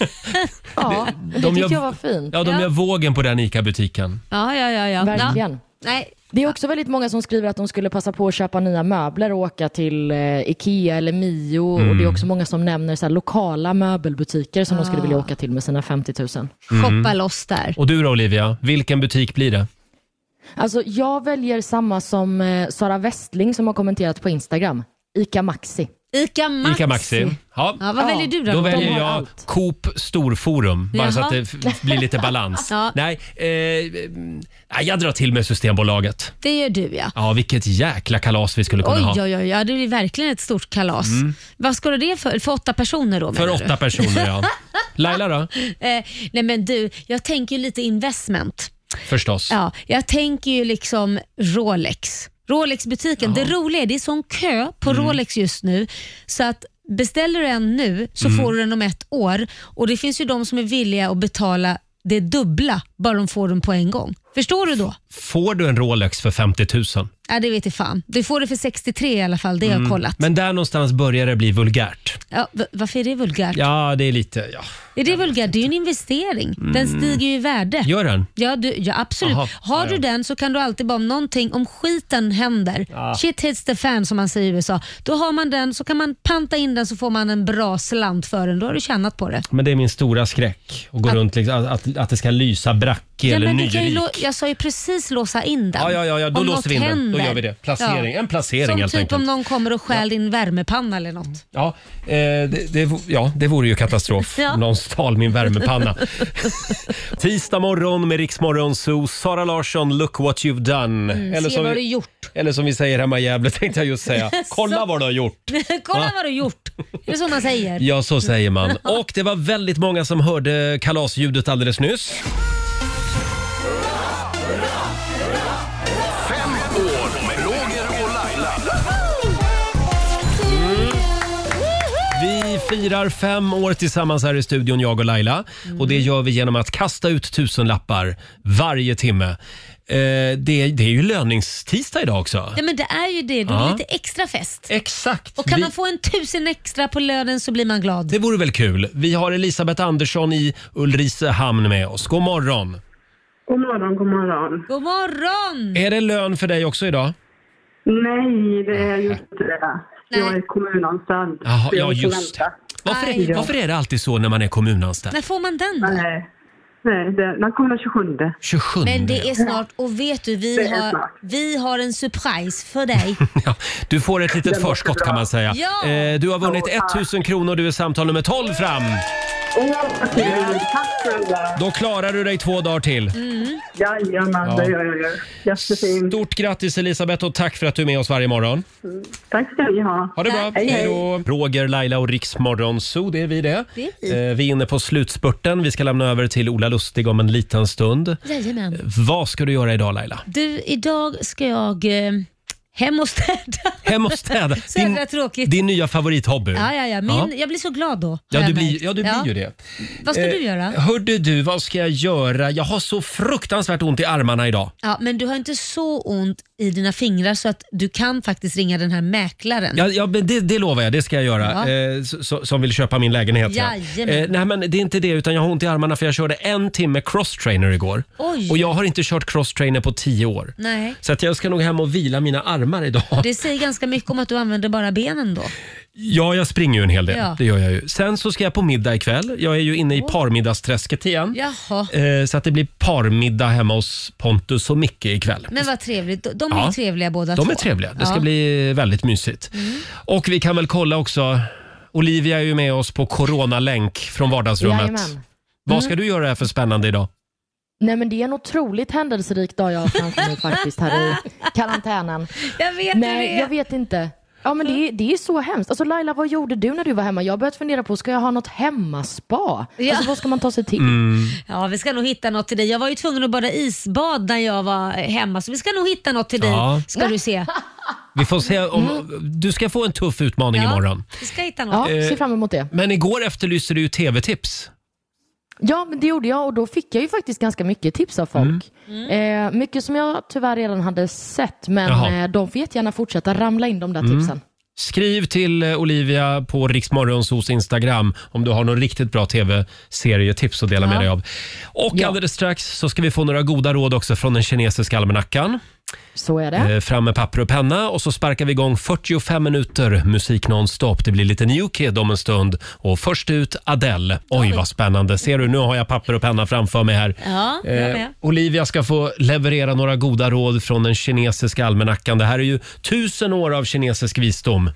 Det tycker jag var fint. Ja, de gör vågen på den Ica-butiken. Ja. Verkligen. Nej. Det är också väldigt många som skriver att de skulle passa på att köpa nya möbler och åka till Ikea eller Mio. Och det är också många som nämner så här lokala möbelbutiker som de skulle vilja åka till med sina 50 000. Shoppa loss där. Och du då, Olivia, vilken butik blir det? Alltså jag väljer samma som Sara Westling som har kommenterat på Instagram. Ica Maxi. Ica Maxi. Ja, vad väljer du då? Då väljer jag Coop Storforum. Bara så att det blir lite balans. Nej, jag drar till med Systembolaget. Det gör du, ja. Ja, vilket jäkla kalas vi skulle kunna ha. Ja, det blir verkligen ett stort kalas. Vad ska du det för? För 8 personer då? För 8 personer, ja. Laila då? Nej men du, jag tänker ju lite investment. Förstås. Ja, jag tänker ju liksom Rolex-butiken. Det roliga är det är sån kö på Rolex just nu så att beställer du en nu så får du den om 1 år och det finns ju de som är villiga att betala det dubbla bara de får den på en gång. Förstår du då? Får du en Rolex för 50 000? Ja, det vet jag fan. Du får det för 63 i alla fall, det har jag kollat. Men där någonstans börjar det bli vulgärt. Ja, varför är det vulgärt? Ja, det är lite... Ja. Är det vulgärt? Det är ju en investering. Den stiger ju i värde. Gör den? Ja, absolut. Aha, har du den så kan du alltid bara om skiten händer, shit hits the fan som man säger i USA, då har man den så kan man panta in den så får man en bra slant för den. Då har du tjänat på det. Men det är min stora skräck att gå runt liksom, att det ska lysa bracke eller nyrik. Jag sa ju precis låsa in den. Ja, då låser vi in den. Då gör vi det. En placering som helt typ enkelt. Om någon kommer och stjäl din värmepanna eller något. Ja, det vore ju katastrof. Någon stal min värmepanna. Tisdag morgon med Rix Morgonzoo. Sara Larsson, look what you've done. Se vad du gjort. Eller som vi säger hemma i Gävle, tänkte jag just säga. Kolla vad du har gjort. Kolla vad du har gjort. Är det så man säger? Ja, så säger man. Och det var väldigt många som hörde kalasljudet alldeles nyss. 5 år med Roger och Laila. Vi Vi firar 5 år tillsammans här i studion, jag och Laila. Och det gör vi genom att kasta ut 1000 lappar varje timme. Det är ju löningstisdag idag också. Ja, men det är ju det. Då är det lite extra fest. Exakt. Och kan man få en 1000 extra på lönen så blir man glad. Det vore väl kul. Vi har Elisabeth Andersson i Ulricehamn med oss. God morgon. God morgon, god morgon. God morgon! Är det lön för dig också idag? Nej, det är ju inte det. Jag är kommunanställd. Jaha, ja, just det. Varför är det alltid så när man är kommunanställd? När får man den då? Nej, den kommer 27. 27. Men det är snart, och vet du, vi har en surprise för dig. Ja, du får ett litet förskott kan man säga. Ja. Du har vunnit 1000 kronor, du är samtal nummer 12 fram. Då klarar du dig 2 dagar till. Jajamän, det gör jag. Jättefint. Stort grattis Elisabeth och tack för att du är med oss varje morgon. Tack ska ni ha. Ha det bra. Hej då. Roger, Laila och Riksmorgon så det är vi det. Vi är inne på slutspurten. Vi ska lämna över till Ola Lustig om en liten stund. Jajamän. Vad ska du göra idag Laila? Du, idag ska jag hem och städa. Hem och städa. Din nya favorithobby. Ja. Jag blir så glad då. Ja, du blir ju det. Vad ska du göra? Hörde du, vad ska jag göra? Jag har så fruktansvärt ont i armarna idag. Ja, men du har inte så ont i dina fingrar så att du kan faktiskt ringa den här mäklaren. Ja, men det lovar jag. Det ska jag göra. Som vill köpa min lägenhet. Nej, men det är inte det, utan jag har ont i armarna för jag körde 1 timme crosstrainer igår. Oj. Och jag har inte kört crosstrainer på 10 år. Nej. Så att jag ska nog hem och vila mina armar idag. Det säger ganska mycket om att du använder bara benen då. Ja, jag springer ju en hel del. Ja. Det gör jag ju. Sen så ska jag på middag ikväll. Jag är ju inne i parmiddagsträsket igen. Jaha. Så att det blir parmiddag hemma hos Pontus och Micke ikväll. Men vad trevligt. De är ju trevliga båda två. De är trevliga. Det ska bli väldigt mysigt. Och vi kan väl kolla också. Olivia är ju med oss på coronalänk från vardagsrummet. Jajamän. Vad ska du göra för spännande idag? Nej, men det är en otroligt händelserik dag jag har framför mig faktiskt här i karantänen. Jag vet inte. Ja, men det är så hemskt. Alltså Laila, vad gjorde du när du var hemma? Jag har börjat fundera på, ska jag ha något hemmaspa? Ja. Alltså vad ska man ta sig till? Ja, vi ska nog hitta något till dig. Jag var ju tvungen att bada isbad när jag var hemma, så vi ska nog hitta något till dig, ska du se. Vi får se om du ska få en tuff utmaning imorgon. Vi ska hitta något. Ja, se fram emot det. Men igår efterlyste du ju tv-tips. Ja, men det gjorde jag och då fick jag ju faktiskt ganska mycket tips av folk. Mycket som jag tyvärr redan hade sett, men de får jättegärna fortsätta ramla in de där tipsen. Skriv till Olivia på Riksmorgonsos Instagram om du har någon riktigt bra tv-serietips att dela med dig av. Och alldeles strax så ska vi få några goda råd också från den kinesiska almanackan. Så är det. Fram med papper och penna och så sparkar vi igång 45 minuter musik nonstop. Det blir lite New Kid om en stund och först ut Adele. Oj, vad spännande. Ser du, nu har jag papper och penna framför mig här. Ja, jag med. Olivia ska få leverera några goda råd från den kinesiska almanackan. Det här är ju 1000 år av kinesisk visdom.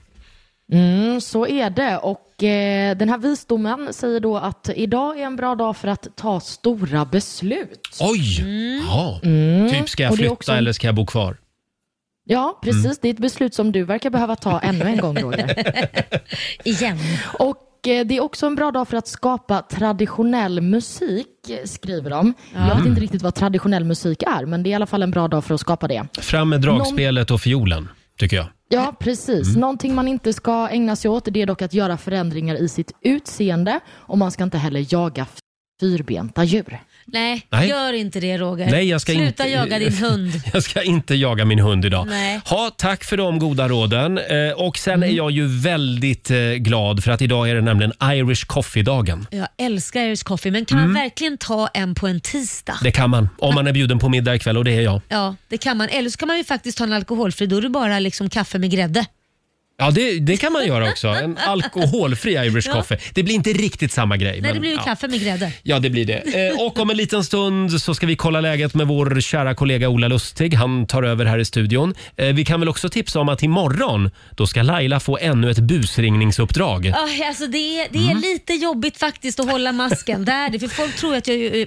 Så är det, och den här visdomen säger då att idag är en bra dag för att ta stora beslut. Oj! Ja. Typ, ska jag flytta också eller ska jag bo kvar? Ja, precis. Det är ett beslut som du verkar behöva ta ännu en gång, Roger. Igen. Och det är också en bra dag för att skapa traditionell musik, skriver de. Jag vet inte riktigt vad traditionell musik är, men det är i alla fall en bra dag för att skapa det. Fram med dragspelet och fiolen, tycker jag. Ja, precis. Någonting man inte ska ägna sig åt, det är dock att göra förändringar i sitt utseende, och man ska inte heller jaga fyrbenta djur. Nej, gör inte det, Roger. Nej, jag ska Sluta jaga din hund. Jag ska inte jaga min hund idag. Nej. Tack för de goda råden. Och sen är jag ju väldigt glad för att idag är det nämligen Irish Coffee-dagen. Jag älskar Irish Coffee, men kan man verkligen ta en på en tisdag? Det kan man, om man är bjuden på middag ikväll, och det är jag. Ja, det kan man. Eller så kan man ju faktiskt ta en alkoholfri, då är det bara liksom kaffe med grädde. Ja, det kan man göra också. En alkoholfri Irish coffee. Det blir inte riktigt samma grej. Nej, men, det blir ju kaffe med grädde. Ja, det blir det. Och om en liten stund så ska vi kolla läget med vår kära kollega Ola Lustig. Han tar över här i studion. Vi kan väl också tipsa om att imorgon då ska Laila få ännu ett busringningsuppdrag. Alltså det är lite jobbigt faktiskt att hålla masken. Det är det, för folk tror att jag är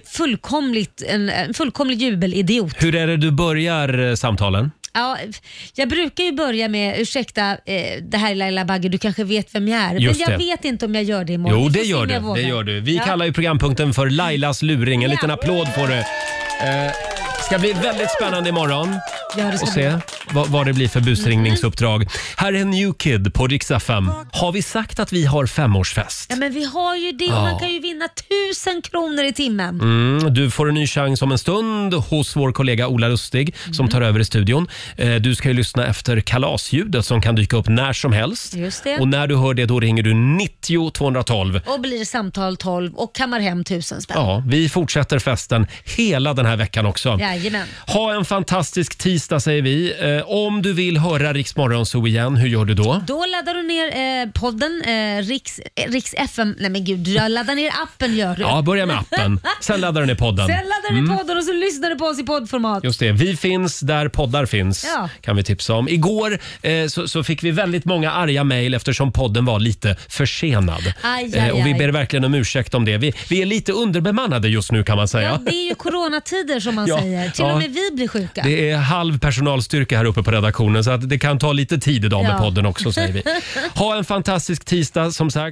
en fullkomlig jubelidiot. Hur är det du börjar samtalen? Ja, jag brukar ju börja med, ursäkta, det här är Laila Bagge, du kanske vet vem jag är. Just men jag det. vet inte om jag gör det imorgon. Jo, det gör du. Vi kallar ju programpunkten för Lailas luring. En liten applåd får du. ska bli väldigt spännande imorgon. Ja, det ska och se vad det blir för busringningsuppdrag. Här är New Kid på Rix FM. Har vi sagt att vi har 5-årsfest? Ja, men vi har ju det och man kan ju vinna 1000 kronor i timmen. Du får en ny chans om en stund hos vår kollega Ola Lustig som tar över i studion. Du ska ju lyssna efter kalasljudet som kan dyka upp när som helst. Just det. Och när du hör det då ringer du 90 212. Och blir samtal 12 och kammar hem 1000 spänn. Ja, vi fortsätter festen hela den här veckan också. Jajamän. Ha en fantastisk tisdag säger vi. Om du vill höra Rix Morgonzoo igen, hur gör du då? Då laddar du ner podden Rix FM. Nej men gud, du laddar ner appen gör du. Ja, börja med appen. Sen laddar du ner podden. Sen laddar du ner podden och så lyssnar du på oss i poddformat. Just det, vi finns där poddar finns, kan vi tipsa om. Igår så fick vi väldigt många arga mejl eftersom podden var lite försenad. Och vi ber verkligen om ursäkt om det. Vi är lite underbemannade just nu kan man säga. Ja, det är ju coronatider som man säger. Till och med vi blir sjuka. Det är halv personalstyrka här uppe på redaktionen så att det kan ta lite tid idag med podden också säger vi. Ha en fantastisk tisdag som sagt.